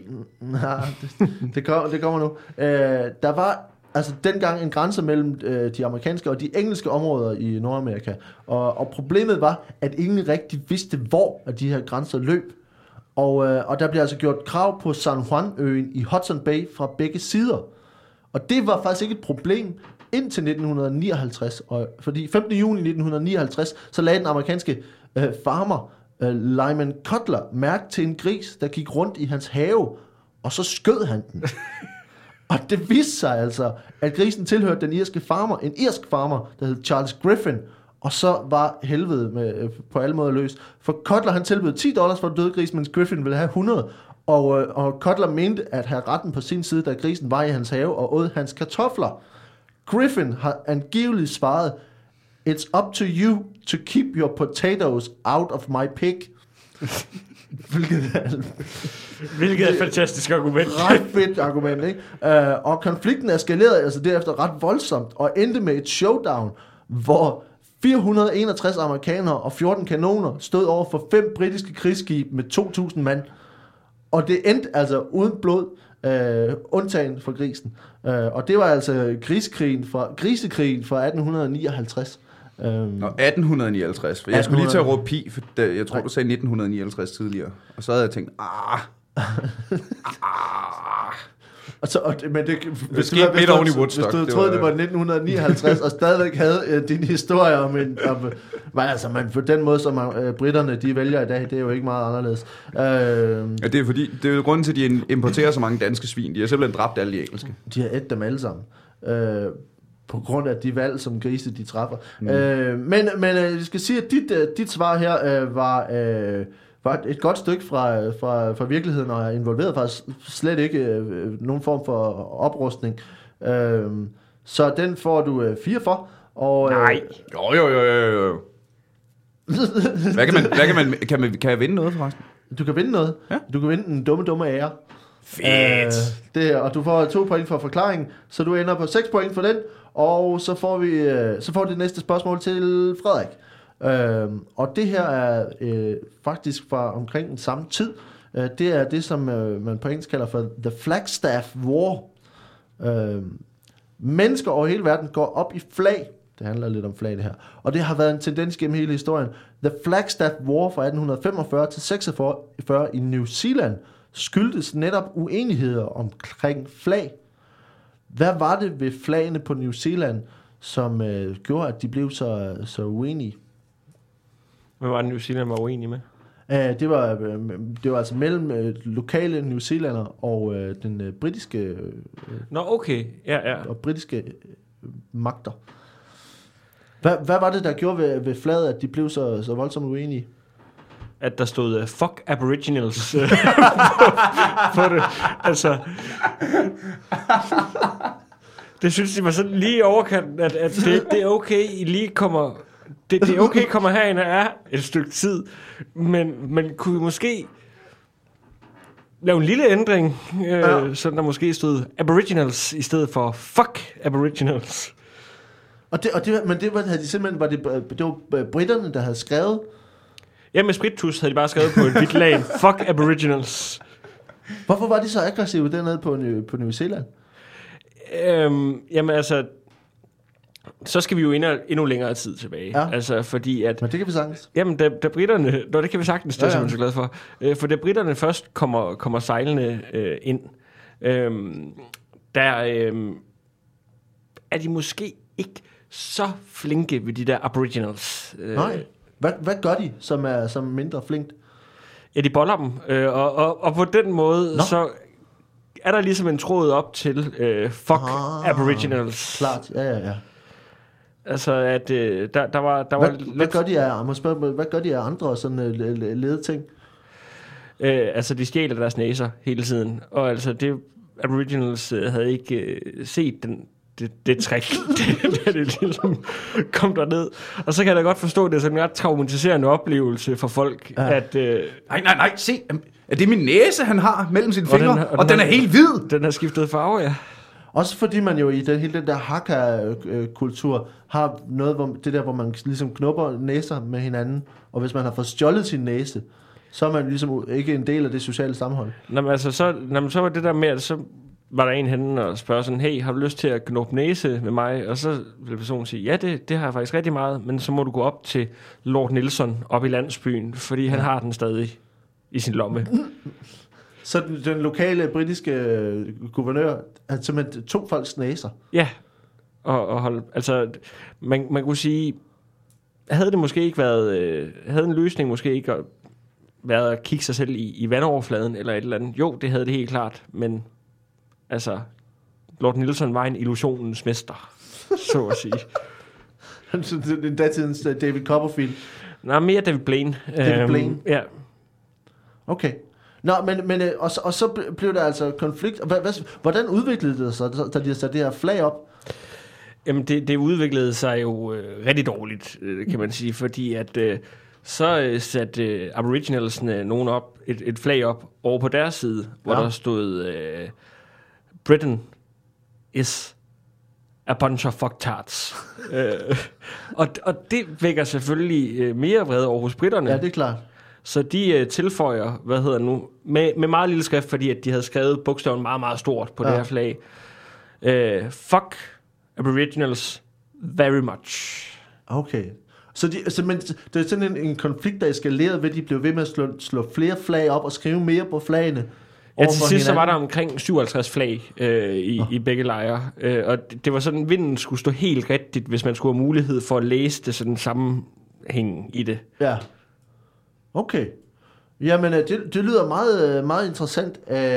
[SPEAKER 1] Det kommer nu. Der var altså dengang en grænse mellem de amerikanske og de engelske områder i Nordamerika. Og problemet var, at ingen rigtig vidste, hvor de her grænser løb. Og der blev altså gjort krav på San Juan-øen i Hudson Bay fra begge sider. Og det var faktisk ikke et problem indtil 1959, fordi 15. juni 1959, så lagde den amerikanske farmer Lyman Cutler mærke til en gris, der gik rundt i hans have, og så skød han den. Og det viste sig altså, at grisen tilhørte den irske farmer, en irsk farmer, der hed Charles Griffin, og så var helvede på alle måder løs. For Cutler, han tilbød $10 for en død gris, mens Griffin ville have 100. Og Cutler mente at have retten på sin side, da grisen var i hans have og åd hans kartofler. Griffin har angiveligt svaret, "It's up to you to keep your potatoes out of my pig."
[SPEAKER 2] Hvilket er et fantastisk argument.
[SPEAKER 1] Ret fedt argument, ikke? Og konflikten eskalerede altså derefter ret voldsomt og endte med et showdown, hvor 461 amerikanere og 14 kanoner stod over for 5 britiske krigsskib med 2.000 mand. Og det endte altså uden blod, undtagen for grisen. Og det var altså grisekrigen fra 1859.
[SPEAKER 3] Nå, 1859. For jeg skulle lige til at råbe pi, for jeg tror, du sagde 1959 tidligere. Og så havde jeg tænkt,
[SPEAKER 1] Men det
[SPEAKER 3] skete midt oven i Woodstock.
[SPEAKER 1] Hvis du troede, det var 1959, og stadigvæk havde din historie om på den måde, som britterne de vælger i dag, det er jo ikke meget anderledes.
[SPEAKER 3] Ja, det er fordi, det er jo grunden til, at de importerer så mange danske svin. De har simpelthen dræbt alle de engelske.
[SPEAKER 1] De har ædt dem alle sammen. På grund af de valg, som grise de træffer. Men jeg skal sige, at dit svar her var et godt stykke fra virkeligheden, og er involveret faktisk slet ikke nogen form for oprustning. Så den får du 4 for. Og,
[SPEAKER 2] Nej.
[SPEAKER 3] Jo. Kan jeg vinde noget forresten?
[SPEAKER 1] Du kan vinde noget. Ja? Du kan vinde en dumme ære.
[SPEAKER 3] Fedt.
[SPEAKER 1] Og du får 2 point for forklaringen, så du ender på 6 point for den, og så får du det næste spørgsmål til Frederik. Og det her er faktisk fra omkring den samme tid. Det er det, som man på engelsk kalder for The Flagstaff War. Mennesker over hele verden går op i flag. Det handler lidt om flag, det her. Og det har været en tendens gennem hele historien. The Flagstaff War fra 1845 til 46 i New Zealand skyldtes netop uenigheder omkring flag. Hvad var det ved flagene på New Zealand, som gjorde, at de blev så uenige?
[SPEAKER 2] Hvad var det, New Zealand var uenig med?
[SPEAKER 1] Det var altså mellem lokale New Zealander og den britiske
[SPEAKER 2] okay. Ja.
[SPEAKER 1] og britiske magter. Hvad var det, der gjorde ved flaget, at de blev så voldsomt uenige?
[SPEAKER 2] At der stod fuck Aboriginals på det. Altså, det synes de var sådan lige overkanten, at det er okay, I lige kommer... Det er okay, kommer herind og er et stykke tid, men kunne vi måske lave en lille ændring, så der måske stod Aboriginals i stedet for fuck Aboriginals.
[SPEAKER 1] Men det var de simpelthen det var britterne, der havde skrevet.
[SPEAKER 2] Ja, med sprittus havde de bare skrevet på et hvidt lag fuck Aboriginals.
[SPEAKER 1] Hvorfor var de så aggressive dernede på New Zealand?
[SPEAKER 2] Jamen altså, så skal vi jo endnu længere tid tilbage.
[SPEAKER 1] Ja.
[SPEAKER 2] Altså, fordi at...
[SPEAKER 1] Men det kan vi sagtens.
[SPEAKER 2] Jamen, da britterne... det kan vi sagtens, det er jeg så glad for. For da britterne først kommer sejlende ind, er de måske ikke så flinke ved de der Aboriginals.
[SPEAKER 1] Nej. Hvad gør de, som er mindre flinkt?
[SPEAKER 2] Ja, de boller dem. Og på den måde, så er der ligesom en tråd op til fuck Aboriginals.
[SPEAKER 1] Klart, ja.
[SPEAKER 2] Altså, at der var...
[SPEAKER 1] Hvad gør de af andre sådan lede ting?
[SPEAKER 2] Altså, de stjæler deres næser hele tiden. Og altså, Aboriginals havde ikke set det trick, da det ligesom kom derned. Og så kan jeg da godt forstå, at det er sådan en ret traumatiserende oplevelse for folk, at...
[SPEAKER 3] Nej, se, er det min næse, han har mellem sine fingre? Og den er helt hvid!
[SPEAKER 2] Den har skiftet farve, ja.
[SPEAKER 1] Også fordi man jo i hele den der Hakka-kultur har noget, hvor man ligesom knupper næser med hinanden, og hvis man har fået stjålet sin næse, så er man ligesom ikke en del af det sociale sammenhold.
[SPEAKER 2] Så var det der med, at så var der en henne og spørger sådan, hey, har du lyst til at knuppe næse med mig? Og så vil personen sige, ja, det har jeg faktisk rigtig meget, men så må du gå op til Lord Nelson op i landsbyen, fordi han har den stadig i sin lomme.
[SPEAKER 1] Så den lokale britiske guvernør havde simpelthen 2 folks næser?
[SPEAKER 2] Ja, og holde, altså, man kunne sige, havde det måske ikke været, havde en løsning måske ikke været at kigge sig selv i vandoverfladen eller et eller andet? Jo, det havde det helt klart, men altså, Lord Nelson var en illusionens mester, så at sige.
[SPEAKER 1] Den datidens David Copperfield?
[SPEAKER 2] Nej, mere David Blaine.
[SPEAKER 1] David Blaine?
[SPEAKER 2] Ja.
[SPEAKER 1] Okay. Nå, men og så blev der altså konflikt. Hvordan udviklede det sig, da de satte det her flag op?
[SPEAKER 2] Jamen, det udviklede sig jo rigtig dårligt, kan man sige, fordi at så satte Aboriginalsene nogen op, et flag op over på deres side, hvor der stod Britain is a bunch of fucktards. Og det vækker selvfølgelig mere vrede over hos britterne.
[SPEAKER 1] Ja, det er klart.
[SPEAKER 2] Så de tilføjer, med meget lille skrift, fordi at de havde skrevet bogstaven meget, meget stort på det her flag. Fuck Aboriginals very much.
[SPEAKER 1] Okay. Men det er sådan en konflikt, der eskalerede ved, at de blev ved med at slå flere flag op og skrive mere på flagene,
[SPEAKER 2] Ja, til sidst så var der omkring 57 flag i begge lejre, og det var sådan, vinden skulle stå helt rigtigt, hvis man skulle have mulighed for at læse det sådan sammenhæng i det.
[SPEAKER 1] Ja. Okay. Jamen, det lyder meget, meget interessant.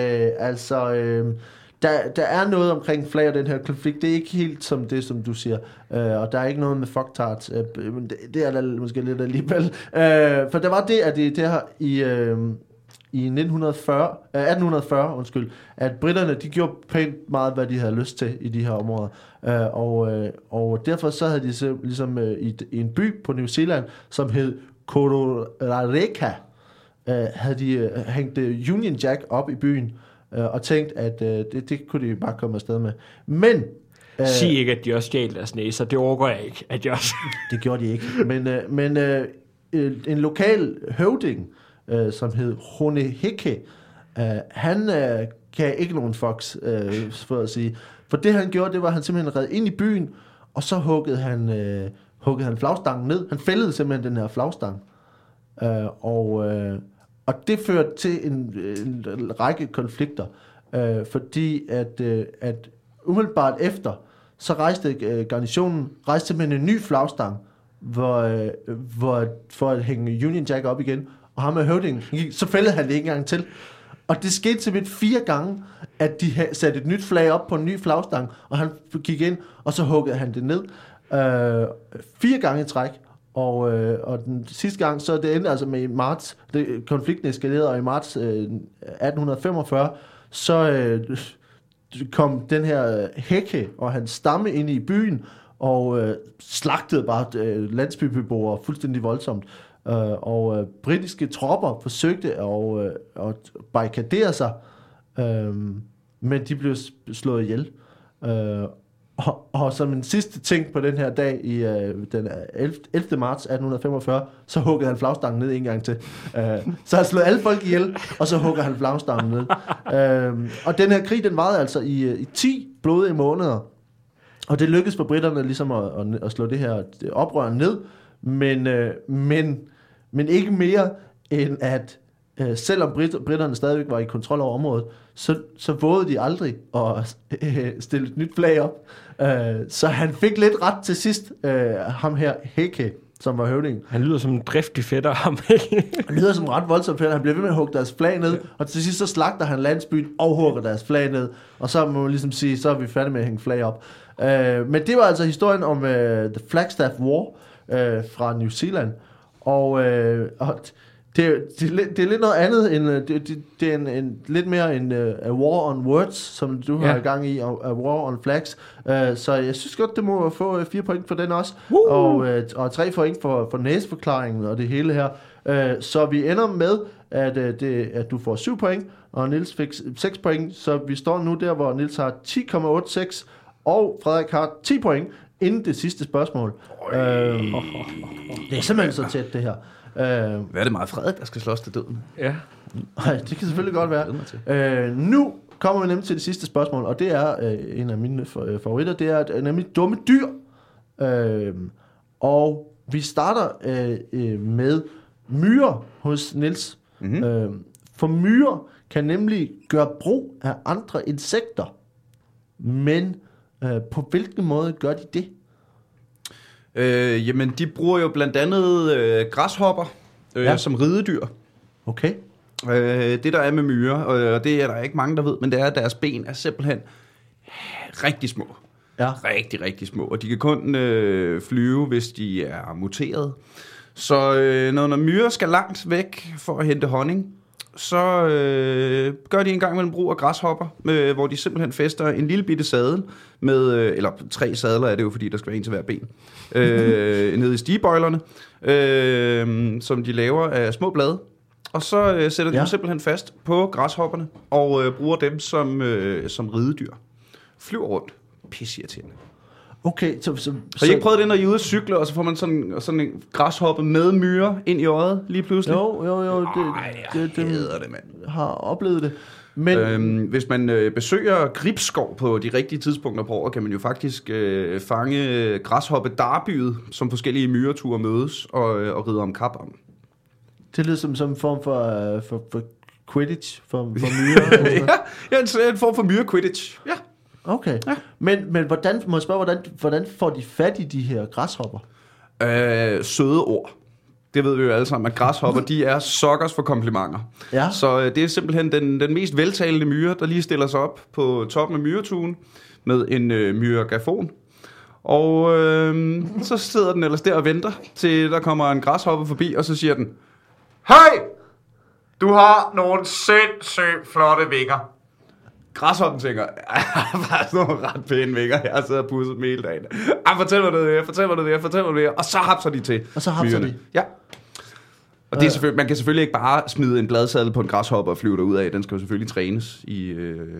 [SPEAKER 1] Der er noget omkring flag og den her konflikt. Det er ikke helt som det, som du siger. Og der er ikke noget med fucktards. Men det er der måske lidt alligevel. For der var det, at det her i 1840, at britterne, de gjorde pænt meget, hvad de havde lyst til i de her områder. Og derfor så havde de så, ligesom i en by på New Zealand, som hed Kororareka, havde de hængt Union Jack op i byen, og tænkt, at det kunne de bare komme afsted med. Men...
[SPEAKER 2] Sig ikke, at de også stjal deres næser. Det overgår jeg ikke, at de også...
[SPEAKER 1] Det gjorde de ikke. Men en lokal høvding, som hed Honeheke, han gav ikke nogen fucks, for at sige. For det han gjorde, det var, at han simpelthen red ind i byen, og så huggede han flagstangen ned. Han fældede simpelthen den her flagstang. Og det førte til en række konflikter, fordi at umiddelbart efter, så rejste garnisonen simpelthen en ny flagstang, for at hænge Union Jack op igen, og ham med høvdingen, så fældede han det ikke engang til. Og det skete simpelthen 4 gange, at de satte et nyt flag op på en ny flagstang, og han gik ind, og så huggede han det ned 4 gange i træk. Og den sidste gang, så det endte altså med i marts, konflikten eskalerede, og i marts 1845, så kom den her Hække og hans stamme ind i byen, og slagtede bare landsbybeboere fuldstændig voldsomt. Og britiske tropper forsøgte at barrikadere sig, men de blev slået ihjel. Og som en sidste ting på den her dag, i den 11. marts 1845, så huggede han flagstangen ned en gang til. Så han slog alle folk ihjel, og så hugger han flagstangen ned. Og den her krig, den varede altså i 10 blodige måneder. Og det lykkedes for britterne ligesom at slå det her oprør ned, men ikke mere end at selvom britterne stadigvæk var i kontrol over området, så vågede de aldrig at stille et nyt flag op. Så han fik lidt ret til sidst, ham her Hække, som var høvding.
[SPEAKER 2] Han lyder som en driftig fætter, ham.
[SPEAKER 1] Han lyder som en ret voldsom fætter. Han bliver ved med at hugge deres flag ned, og til sidst så slagter han landsbyen og hugger deres flag ned. Og så må man ligesom sige, så er vi færdige med at hænge flag op. Men det var altså historien om The Flagstaff War fra New Zealand. Og det er lidt noget andet end det er en lidt mere en a war on words, som du har i gang i, og a war on flags. Så jeg synes godt, det må få 4 point for den også, og 3 point for næseforklaringen og det hele her. Så vi ender med at du får 7 point, og Niels fik 6 point, så vi står nu der, hvor Niels har 10,86, og Frederik har 10 point inden det sidste spørgsmål. Det er simpelthen så tæt, det her.
[SPEAKER 3] Hvad er det meget, Frederik, der skal slås til døden?
[SPEAKER 2] Ja.
[SPEAKER 1] Det kan selvfølgelig godt være. Nu kommer vi nemlig til det sidste spørgsmål, og det er en af mine favoritter. Det er nemlig dumme dyr. Og vi starter med myrer hos Niels. Mm-hmm. For myrer kan nemlig gøre brug af andre insekter. Men på hvilken måde gør de det?
[SPEAKER 3] Jamen, de bruger jo blandt andet græshopper som ridedyr.
[SPEAKER 1] Okay.
[SPEAKER 3] Det der er med myrer, og det er der ikke mange, der ved, men det er, at deres ben er simpelthen rigtig små. Ja. Rigtig, rigtig små. Og de kan kun flyve, hvis de er muteret. Så når myrer skal langt væk for at hente honning, så gør de en gang mellem brug af græshopper, hvor de simpelthen fæster en lille bitte sadel med, eller 3 sadler er det jo, fordi der skal være en til hver ben, nede i stigebøjlerne, som de laver af små blade. Og så sætter de dem simpelthen fast på græshopperne og bruger dem som ridedyr. Flyver rundt. Pisseirriterende.
[SPEAKER 1] Okay,
[SPEAKER 3] så I ikke prøvet det, når I er ude at cykle, og så får man sådan en græshoppe med myrer ind i øjet lige pludselig?
[SPEAKER 1] Jo. Det
[SPEAKER 3] mand.
[SPEAKER 1] Har oplevet det. Men
[SPEAKER 3] hvis man besøger Gribskov på de rigtige tidspunkter på året, kan man jo faktisk fange græshoppe darbyet, som forskellige myreture mødes og rider om kap om.
[SPEAKER 1] Det lyder som en form for Quidditch for myrer?
[SPEAKER 3] Ja, en form for myre-quidditch. Ja.
[SPEAKER 1] Okay. Ja. Men hvordan får de fat i de her græshopper?
[SPEAKER 3] Søde ord. Det ved vi jo alle sammen, at græshopper, de er suckers for komplimenter.
[SPEAKER 1] Ja.
[SPEAKER 3] Så det er simpelthen den mest veltalende myre, der lige stiller sig op på toppen af myretuen med en myregafon. Og så sidder den ellers der og venter, til der kommer en græshopper forbi, og så siger den, hej! Du har nogle sindssygt flotte vinger. Græshoppen tænker, jeg har faktisk nogle ret pæne vinger, jeg har siddet og pusset dem hele dagen. Fortæl mig det. Og så hapser de til.
[SPEAKER 1] Og så hapser de?
[SPEAKER 3] Ja. Og det er selvfølgelig, man kan selvfølgelig ikke bare smide en bladsadel på en græshopper og flyve derud af. Den skal jo selvfølgelig trænes i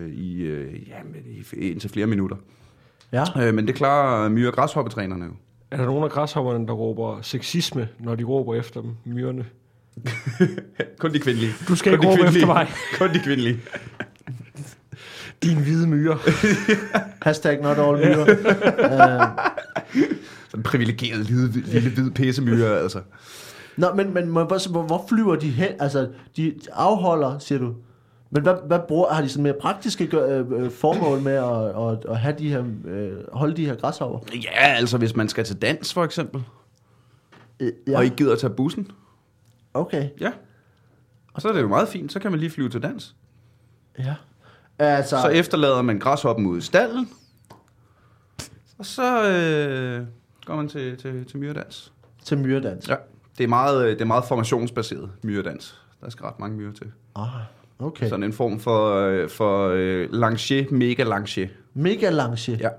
[SPEAKER 3] indtil flere minutter.
[SPEAKER 1] Ja.
[SPEAKER 3] Men det klarer myre- og græshoppetrænerne jo.
[SPEAKER 2] Er der nogen af græshopperne, der råber sexisme, når de råber efter dem, myrerne?
[SPEAKER 3] Kun de kvindelige.
[SPEAKER 2] Du skal ikke råbe efter mig.
[SPEAKER 3] Kun de kvindelige.
[SPEAKER 2] Din hvide myre.
[SPEAKER 1] Hashtag not all myrer.
[SPEAKER 3] Sådan en privilegeret lille hvid pissemyre, altså.
[SPEAKER 1] Nå, men hvor flyver de hen? Altså, de afholder, siger du. Men hvad har de sådan mere praktiske formål med at have de her, holde de her græshopper?
[SPEAKER 3] Ja, altså hvis man skal til dans, for eksempel.
[SPEAKER 1] Ja.
[SPEAKER 3] Og ikke gider at tage bussen.
[SPEAKER 1] Okay.
[SPEAKER 3] Ja. Og så er det jo meget fint, så kan man lige flyve til dans.
[SPEAKER 1] Ja. Altså,
[SPEAKER 3] så efterlader man græshoppen ude i stallen. Og så går man til myredans.
[SPEAKER 1] Til myredans?
[SPEAKER 3] Ja. Det er meget formationsbaseret myredans. Der skal ret mange myrer til.
[SPEAKER 1] Okay.
[SPEAKER 3] Sådan en form for lancier, mega lancier.
[SPEAKER 1] Mega lancier?
[SPEAKER 3] Ja.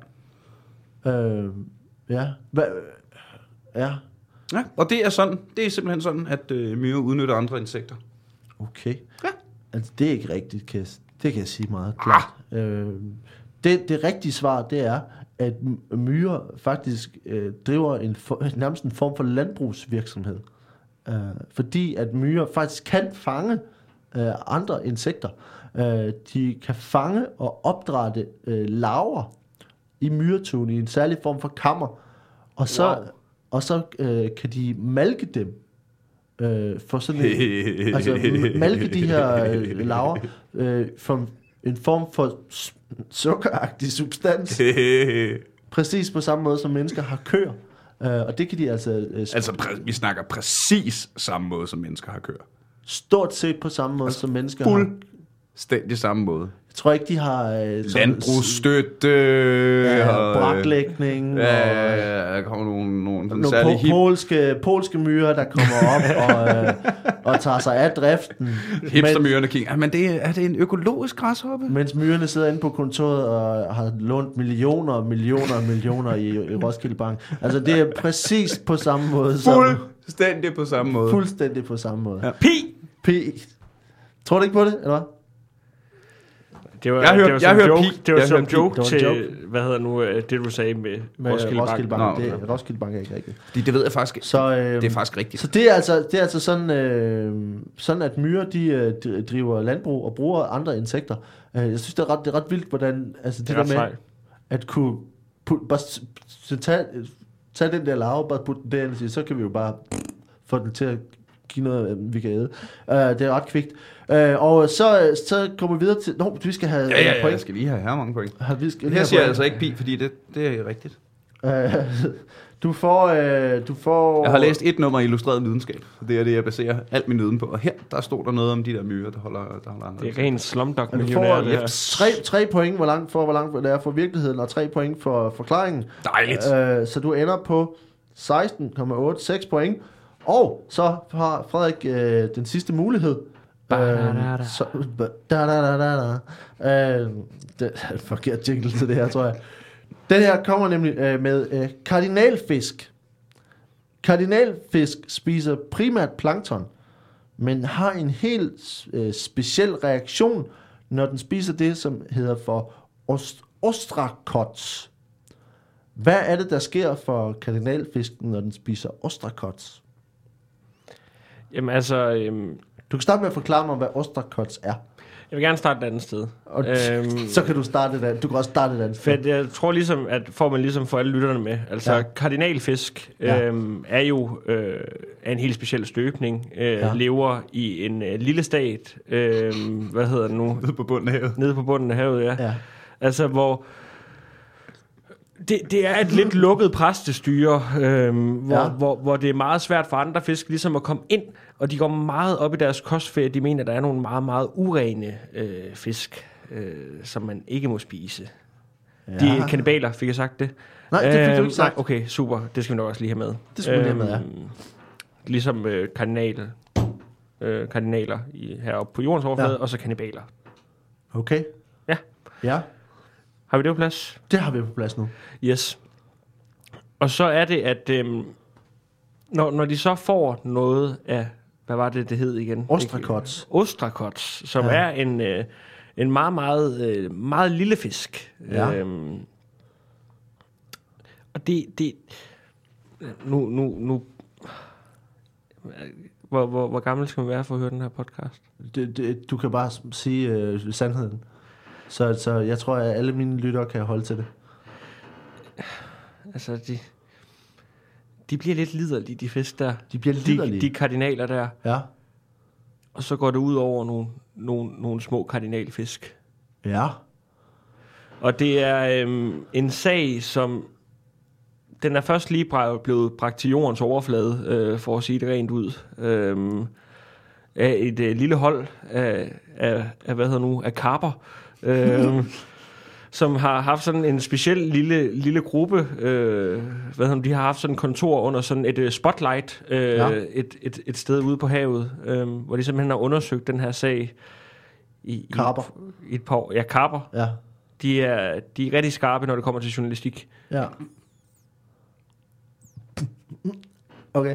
[SPEAKER 1] Ja. Ja.
[SPEAKER 3] Ja, og det er simpelthen sådan, at myrer udnytter andre insekter.
[SPEAKER 1] Okay.
[SPEAKER 3] Ja.
[SPEAKER 1] Altså, det er ikke rigtigt, det kan jeg sige meget klart. Det rigtige svar, det er, at myrer faktisk driver nærmest en form for landbrugsvirksomhed. Fordi at myrer faktisk kan fange andre insekter. De kan fange og opdrætte larver i myretun i en særlig form for kammer. Og så kan de malke dem. For sådan malke de her larver for en form for sukkeragtig substans. Præcis på samme måde som mennesker har køer. Og det kan de
[SPEAKER 3] vi snakker præcis samme måde som mennesker har køer.
[SPEAKER 1] Stort set på samme måde som mennesker har.
[SPEAKER 3] Fuldstændig samme måde.
[SPEAKER 1] Jeg tror ikke, de har
[SPEAKER 3] landbrugsstøtte
[SPEAKER 1] braklægning
[SPEAKER 3] der kommer nogle særlige
[SPEAKER 1] polske myrer, der kommer op og tager sig af driften.
[SPEAKER 3] Hipstermyrerne king. Men er det en økologisk græshoppe?
[SPEAKER 1] Mens myrerne sidder inde på kontoret og har lånt millioner i Roskilde Bank. Altså det er præcis på samme måde.
[SPEAKER 3] Fuldstændig på samme måde.
[SPEAKER 1] Fuldstændig på samme måde.
[SPEAKER 3] Ja.
[SPEAKER 1] Pi. Tror du ikke på det, eller hvad?
[SPEAKER 2] Det var som joke til, hvad hedder nu, det du sagde med Roskilde Bank.
[SPEAKER 1] Roskilde Bank er ikke rigtigt.
[SPEAKER 3] Det ved jeg faktisk ikke. Så, det er faktisk rigtigt.
[SPEAKER 1] Så det er altså sådan, at myrer, de driver landbrug og bruger andre insekter. Jeg synes, det er ret vildt, hvordan altså det der med at kunne tage den der larve, bare putte den derind, så kan vi jo bare få den til at give noget, vi kan æde. Det er ret kvikt. Og så kommer vi videre til... vi skal have point.
[SPEAKER 3] Jeg skal lige have her mange point.
[SPEAKER 1] Her
[SPEAKER 3] siger jeg altså ikke pi, fordi det er rigtigt.
[SPEAKER 1] Du får...
[SPEAKER 3] Jeg har læst et nummer i Illustreret Videnskab. Det er det, jeg baserer alt min viden på. Og her, der stod der noget om de der myrer, der holder andre.
[SPEAKER 2] Det er ren slumdog-millionær, det
[SPEAKER 1] her. 3 point, hvor langt det er for virkeligheden, og 3 point for forklaringen.
[SPEAKER 3] Dejligt.
[SPEAKER 1] Så du ender på 16,8, 6 point. Og så har Frederik den sidste mulighed. Det er et forkert jingle til det her, tror jeg. Den her kommer nemlig med kardinalfisk. Kardinalfisk spiser primært plankton, men har en helt speciel reaktion, når den spiser det, som hedder for ostrakots. Hvad er det, der sker for kardinalfisken, når den spiser ostrakots?
[SPEAKER 2] Jamen altså...
[SPEAKER 1] Du kan starte med at forklare mig, hvad ostrakots er.
[SPEAKER 2] Jeg vil gerne starte et andet sted.
[SPEAKER 1] Og så kan du starte et andet. Du kan også starte et andet sted.
[SPEAKER 2] For jeg tror ligesom, at får man ligesom for alle lytterne med. Altså, kardinalfisk er jo en helt speciel støbning. Lever i en lille stat. Hvad hedder det nu?
[SPEAKER 3] Nede på bunden af havet.
[SPEAKER 2] Nede på bunden af havet, ja. Altså, hvor... Det er et lidt lukket præstestyre, hvor det er meget svært for andre fisk ligesom at komme ind, og de går meget op i deres kostfære. De mener, at der er nogle meget, meget urene fisk, som man ikke må spise. Ja. De er kannibaler, fik jeg sagt det?
[SPEAKER 1] Nej, det fik du ikke sagt.
[SPEAKER 2] Nej, okay, super. Det skal vi nok også lige have med.
[SPEAKER 1] Det skal vi lige have med, ja.
[SPEAKER 2] Ligesom kardinaler heroppe på jordens overflade, og så kannibaler.
[SPEAKER 1] Okay. Ja.
[SPEAKER 2] Har vi det på plads?
[SPEAKER 1] Det har vi på plads nu.
[SPEAKER 2] Yes. Og så er det, at når de så får noget af, hvad var det hed igen?
[SPEAKER 1] Ostrakots.
[SPEAKER 2] Ostrakots, som er en meget, meget, meget lille fisk.
[SPEAKER 1] Ja.
[SPEAKER 2] Og det nu hvor gammel skal man være for at høre den her podcast?
[SPEAKER 1] Du kan bare sige sandheden. Så jeg tror, at alle mine lyttere kan holde til det.
[SPEAKER 2] Altså, de bliver lidt liderlige, de fisk der.
[SPEAKER 1] De bliver liderlige?
[SPEAKER 2] De kardinaler der.
[SPEAKER 1] Ja.
[SPEAKER 2] Og så går det ud over nogle små kardinalfisk.
[SPEAKER 1] Ja.
[SPEAKER 2] Og det er en sag, som... Den er først lige blevet bragt til jordens overflade, for at sige det rent ud. Af et lille hold af hvad hedder nu, af karper. Som har haft sådan en speciel lille gruppe, de har haft sådan et kontor under sådan et spotlight, et sted ude på havet, hvor de simpelthen har undersøgt den her sag i et par år. Ja, karper.
[SPEAKER 1] Ja.
[SPEAKER 2] De er rigtig skarpe, når det kommer til journalistik.
[SPEAKER 1] Ja. Okay.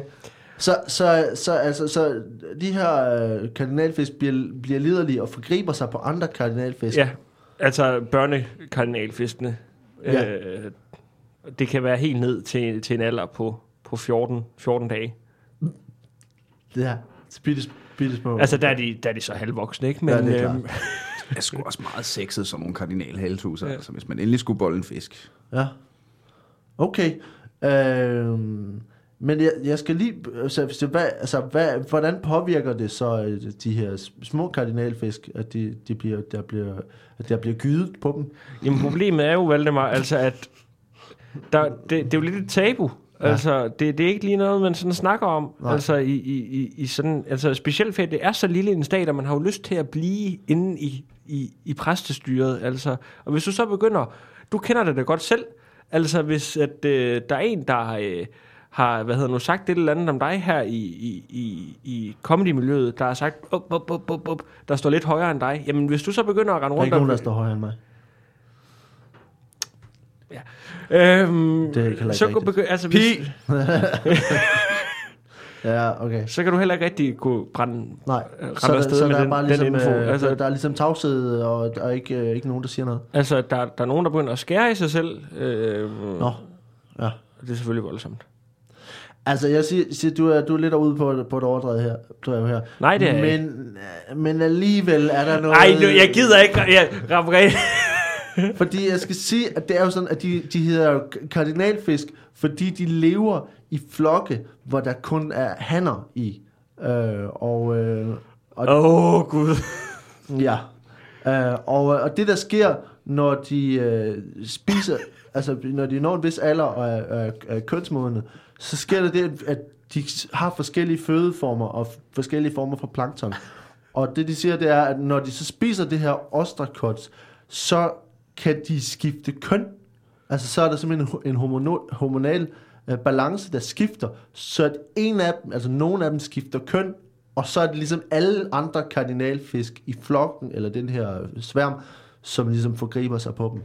[SPEAKER 1] Så de her kardinalfisk bliver liderlige og forgriber sig på andre kardinalfisk.
[SPEAKER 2] Ja, altså børnekardinalfiskene. Ja. Det kan være helt ned til en alder på 14 dage.
[SPEAKER 1] Ja, bitte små.
[SPEAKER 2] Altså der er de så halvvoksne, ikke? Men,
[SPEAKER 1] det er klart.
[SPEAKER 3] Jeg er sgu også meget sexet som nogle kardinalhaltuser, altså hvis man endelig skulle bolle en fisk.
[SPEAKER 1] Ja. Okay. Men jeg skal lige... hvordan påvirker det så de her små kardinalfisk, at der bliver gydet på dem?
[SPEAKER 2] Jamen problemet er jo, Valdemar, altså at det er jo lidt et tabu. Ja. Altså det er ikke lige noget, man sådan snakker om. Nej. Altså i sådan... Altså specielt fordi det er så lille en stat, at man har jo lyst til at blive inde i præstestyret. Altså, og hvis du så begynder... Du kender det da godt selv. Altså hvis at, der er en, der... har sagt det eller andet om dig her i comedy-miljøet, der har sagt, der står lidt højere end dig. Jamen, hvis du så begynder at rende rundt...
[SPEAKER 1] Der er ikke nogen, der står højere end mig.
[SPEAKER 2] Ja.
[SPEAKER 1] Det er ikke så
[SPEAKER 2] altså, hvis,
[SPEAKER 1] ja, okay.
[SPEAKER 2] Så kan du heller ikke rigtig kunne brænde...
[SPEAKER 1] Nej,
[SPEAKER 2] så der er bare ligesom,
[SPEAKER 1] info. Altså, der er ligesom tavshed, og ikke nogen, der siger noget.
[SPEAKER 2] Altså, der er nogen, der begynder at skære i sig selv.
[SPEAKER 1] Nå, ja.
[SPEAKER 2] Det er selvfølgelig voldsomt.
[SPEAKER 1] Altså, jeg siger du er lidt ude på et overdrev her.
[SPEAKER 2] Nej, det er
[SPEAKER 1] ikke. Men alligevel er der noget...
[SPEAKER 2] Nej, jeg gider ikke ramme.
[SPEAKER 1] Fordi jeg skal sige, at det er jo sådan, at de hedder kardinalfisk, fordi de lever i flokke, hvor der kun er hanner i.
[SPEAKER 2] Gud.
[SPEAKER 1] Ja. Og det, der sker, når de spiser... Altså, når de når en vis alder og er kønsmodne, så sker det, at de har forskellige fødeformer og forskellige former for plankton. Og det, de siger, det er, at når de så spiser det her ostrakots, så kan de skifte køn. Altså, så er der simpelthen en hormonal balance, der skifter, så at nogle af dem skifter køn, og så er det ligesom alle andre kardinalfisk i flokken, eller den her sværm, som ligesom forgriber sig på dem.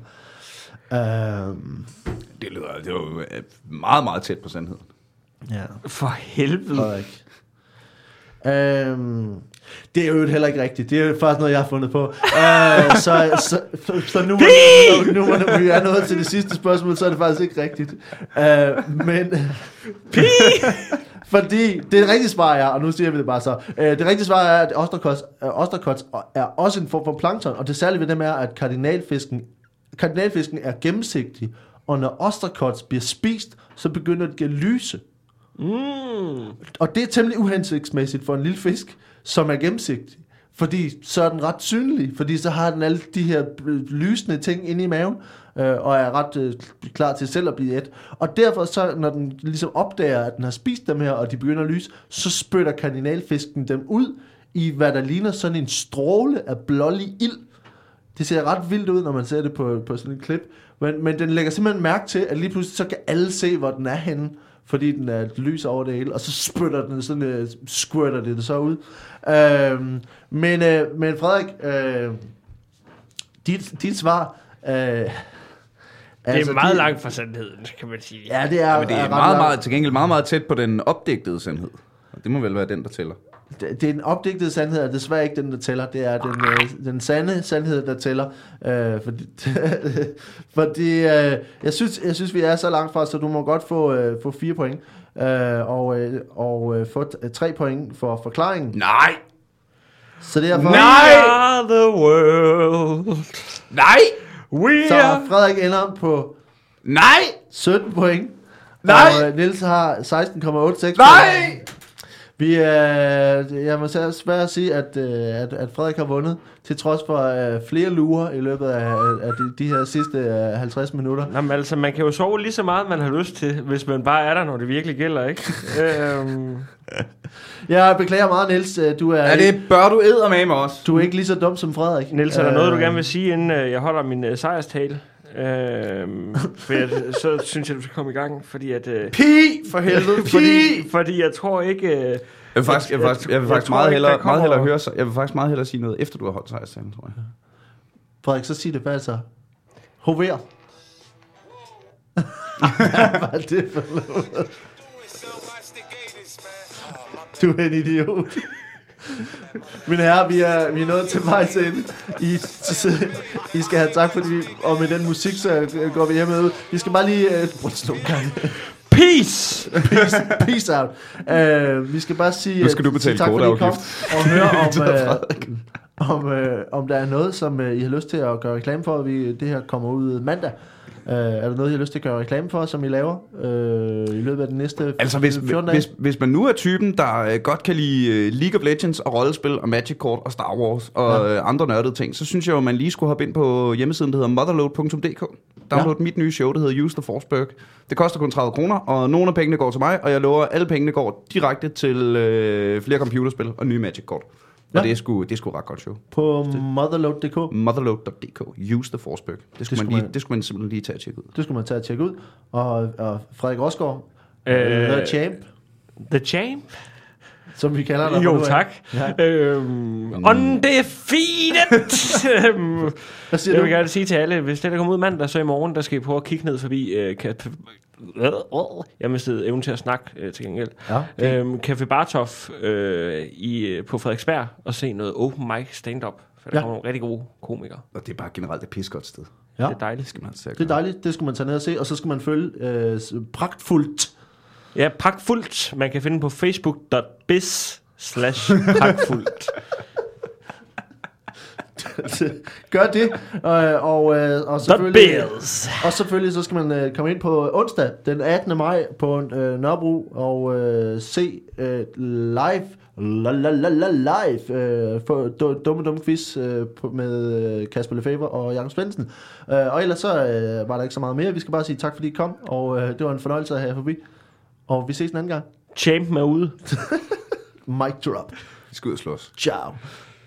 [SPEAKER 3] Det er jo meget, meget tæt på sandheden.
[SPEAKER 1] Ja.
[SPEAKER 2] For helvede.
[SPEAKER 1] Det er jo heller ikke rigtigt. Det er jo faktisk noget, jeg har fundet på. Så nu vi er nået til det sidste spørgsmål, så er det faktisk ikke rigtigt. Men Fordi det rigtige svar er, og nu siger vi det bare så, det rigtige svar er, at osterkots er også en form for plankton, og det særlige ved dem er, at kardinalfisken er gennemsigtig, og når osterkots bliver spist, så begynder de at lyse. Og det er temmelig uhensigtsmæssigt for en lille fisk, som er gennemsigtig. Fordi så er den ret synlig, fordi så har den alle de her lysende ting inde i maven, og er ret klar til selv at blive et. Og derfor så, når den ligesom opdager, at den har spist dem her, og de begynder at lyse, så spytter kardinalfisken dem ud i, hvad der ligner sådan en stråle af blålig ild. Det ser ret vildt ud, når man ser det på sådan et klip. Men den lægger simpelthen mærke til, at lige pludselig så kan alle se, hvor den er henne, fordi den er lys over det hele, og så spytter den sådan, squirter det så ud. Men Frederik, dit svar...
[SPEAKER 2] det er meget langt fra sandheden, kan man sige.
[SPEAKER 1] Ja, det er,
[SPEAKER 3] men det er meget, til gengæld meget tæt på den opdigtede sandhed. Og det må vel være den, der tæller.
[SPEAKER 1] Det er en opdigtet sandhed, og desværre ikke den, der tæller. Det er den sande sandhed, der tæller. Fordi jeg synes, vi er så langt fra, så du må godt få 4 point. Og få 3 point for forklaringen.
[SPEAKER 3] Nej!
[SPEAKER 1] Så derfor...
[SPEAKER 2] We are the world.
[SPEAKER 3] Nej!
[SPEAKER 1] Så Frederik ender på...
[SPEAKER 3] Nej!
[SPEAKER 1] 17 point.
[SPEAKER 3] Nej!
[SPEAKER 1] Og Niels har 16,86 point.
[SPEAKER 3] Nej!
[SPEAKER 1] Jeg må svært at sige, at Frederik har vundet, til trods for flere lurer i løbet af de her sidste 50 minutter.
[SPEAKER 2] Jamen altså, man kan jo sove lige så meget, man har lyst til, hvis man bare er der, når det virkelig gælder, ikke?
[SPEAKER 1] Jeg beklager meget, Niels. Du er
[SPEAKER 3] det bør du eddermame også.
[SPEAKER 1] Du er ikke lige så dum som Frederik.
[SPEAKER 2] Niels, er der noget, du gerne vil sige, inden jeg holder min sejrstale? Så synes jeg, du skal komme i gang, fordi at...
[SPEAKER 3] For helvede,
[SPEAKER 2] fordi jeg tror ikke...
[SPEAKER 3] Jeg vil faktisk meget hellere sige noget, efter du har holdt sejrstalen, tror jeg.
[SPEAKER 1] Frederik, så sig det bare så. Hover. Hvad er det for noget? Du er en idiot. Mine herrer, vi er nået til vejs ende. I skal have tak, fordi og med den musik, så går vi hjemme ud. Vi skal bare lige... Peace out. Vi skal bare sige...
[SPEAKER 3] Nu skal du betale kortafgift.
[SPEAKER 1] Og høre om der er noget, som I har lyst til at gøre reklame for. Det her kommer ud mandag. Er der noget, I har lyst til at gøre reklame for, som I laver i løbet af den næste 14 dage?
[SPEAKER 3] Hvis man nu er typen, der godt kan lide League of Legends og rollespil og Magic-kort og Star Wars og andre nørdede ting, så synes jeg jo, man lige skulle hoppe ind på hjemmesiden, der hedder motherload.dk. Download mit nye show, der hedder Use the Forceburg. Det koster kun 30 kroner, og nogle af pengene går til mig, og jeg lover, at alle pengene går direkte til flere computerspil og nye Magic-kort. Og det er sgu ret godt show.
[SPEAKER 1] På motherload.dk?
[SPEAKER 3] Motherload.dk. Use the Forceburg. Det skulle man simpelthen lige tage og tjekke ud.
[SPEAKER 1] Det skulle man tage og tjekke ud. Og Frederik Rosgaard, The Champ.
[SPEAKER 2] The Champ?
[SPEAKER 1] Som vi kalder dig.
[SPEAKER 2] Jo, tak. Ja. Undefeated!
[SPEAKER 1] Hvad siger
[SPEAKER 2] jeg
[SPEAKER 1] du?
[SPEAKER 2] vil gerne sige til alle, hvis det der kommer ud mandag, så i morgen, der skal I prøve at kigge ned forbi jeg mistede evnen til at snakke til gengæld. Ja, Café Bartof på Frederiksberg og se noget open mic stand-up. For der kommer nogle rigtig gode komikere.
[SPEAKER 3] Og det er bare generelt et pissegodt sted.
[SPEAKER 1] Ja.
[SPEAKER 2] Det er dejligt.
[SPEAKER 1] Det er dejligt. Det skal man tage ned og se. Og så skal man følge pragtfuldt.
[SPEAKER 2] Ja, pragtfuldt. Man kan finde på facebook.biz/pragtfuldt.
[SPEAKER 1] Gør det, og selvfølgelig så skal man komme ind på onsdag den 18. maj på Nørrebro og se live for dumme quiz med Kasper Lefebvre og Jakob Svendsen. Og ellers så var der ikke så meget mere. Vi skal bare sige tak fordi I kom, og det var en fornøjelse at have jer forbi. Og vi ses en anden gang.
[SPEAKER 2] Champ med ude.
[SPEAKER 1] Mic drop.
[SPEAKER 3] Vi skal ud og slås.
[SPEAKER 1] Ciao.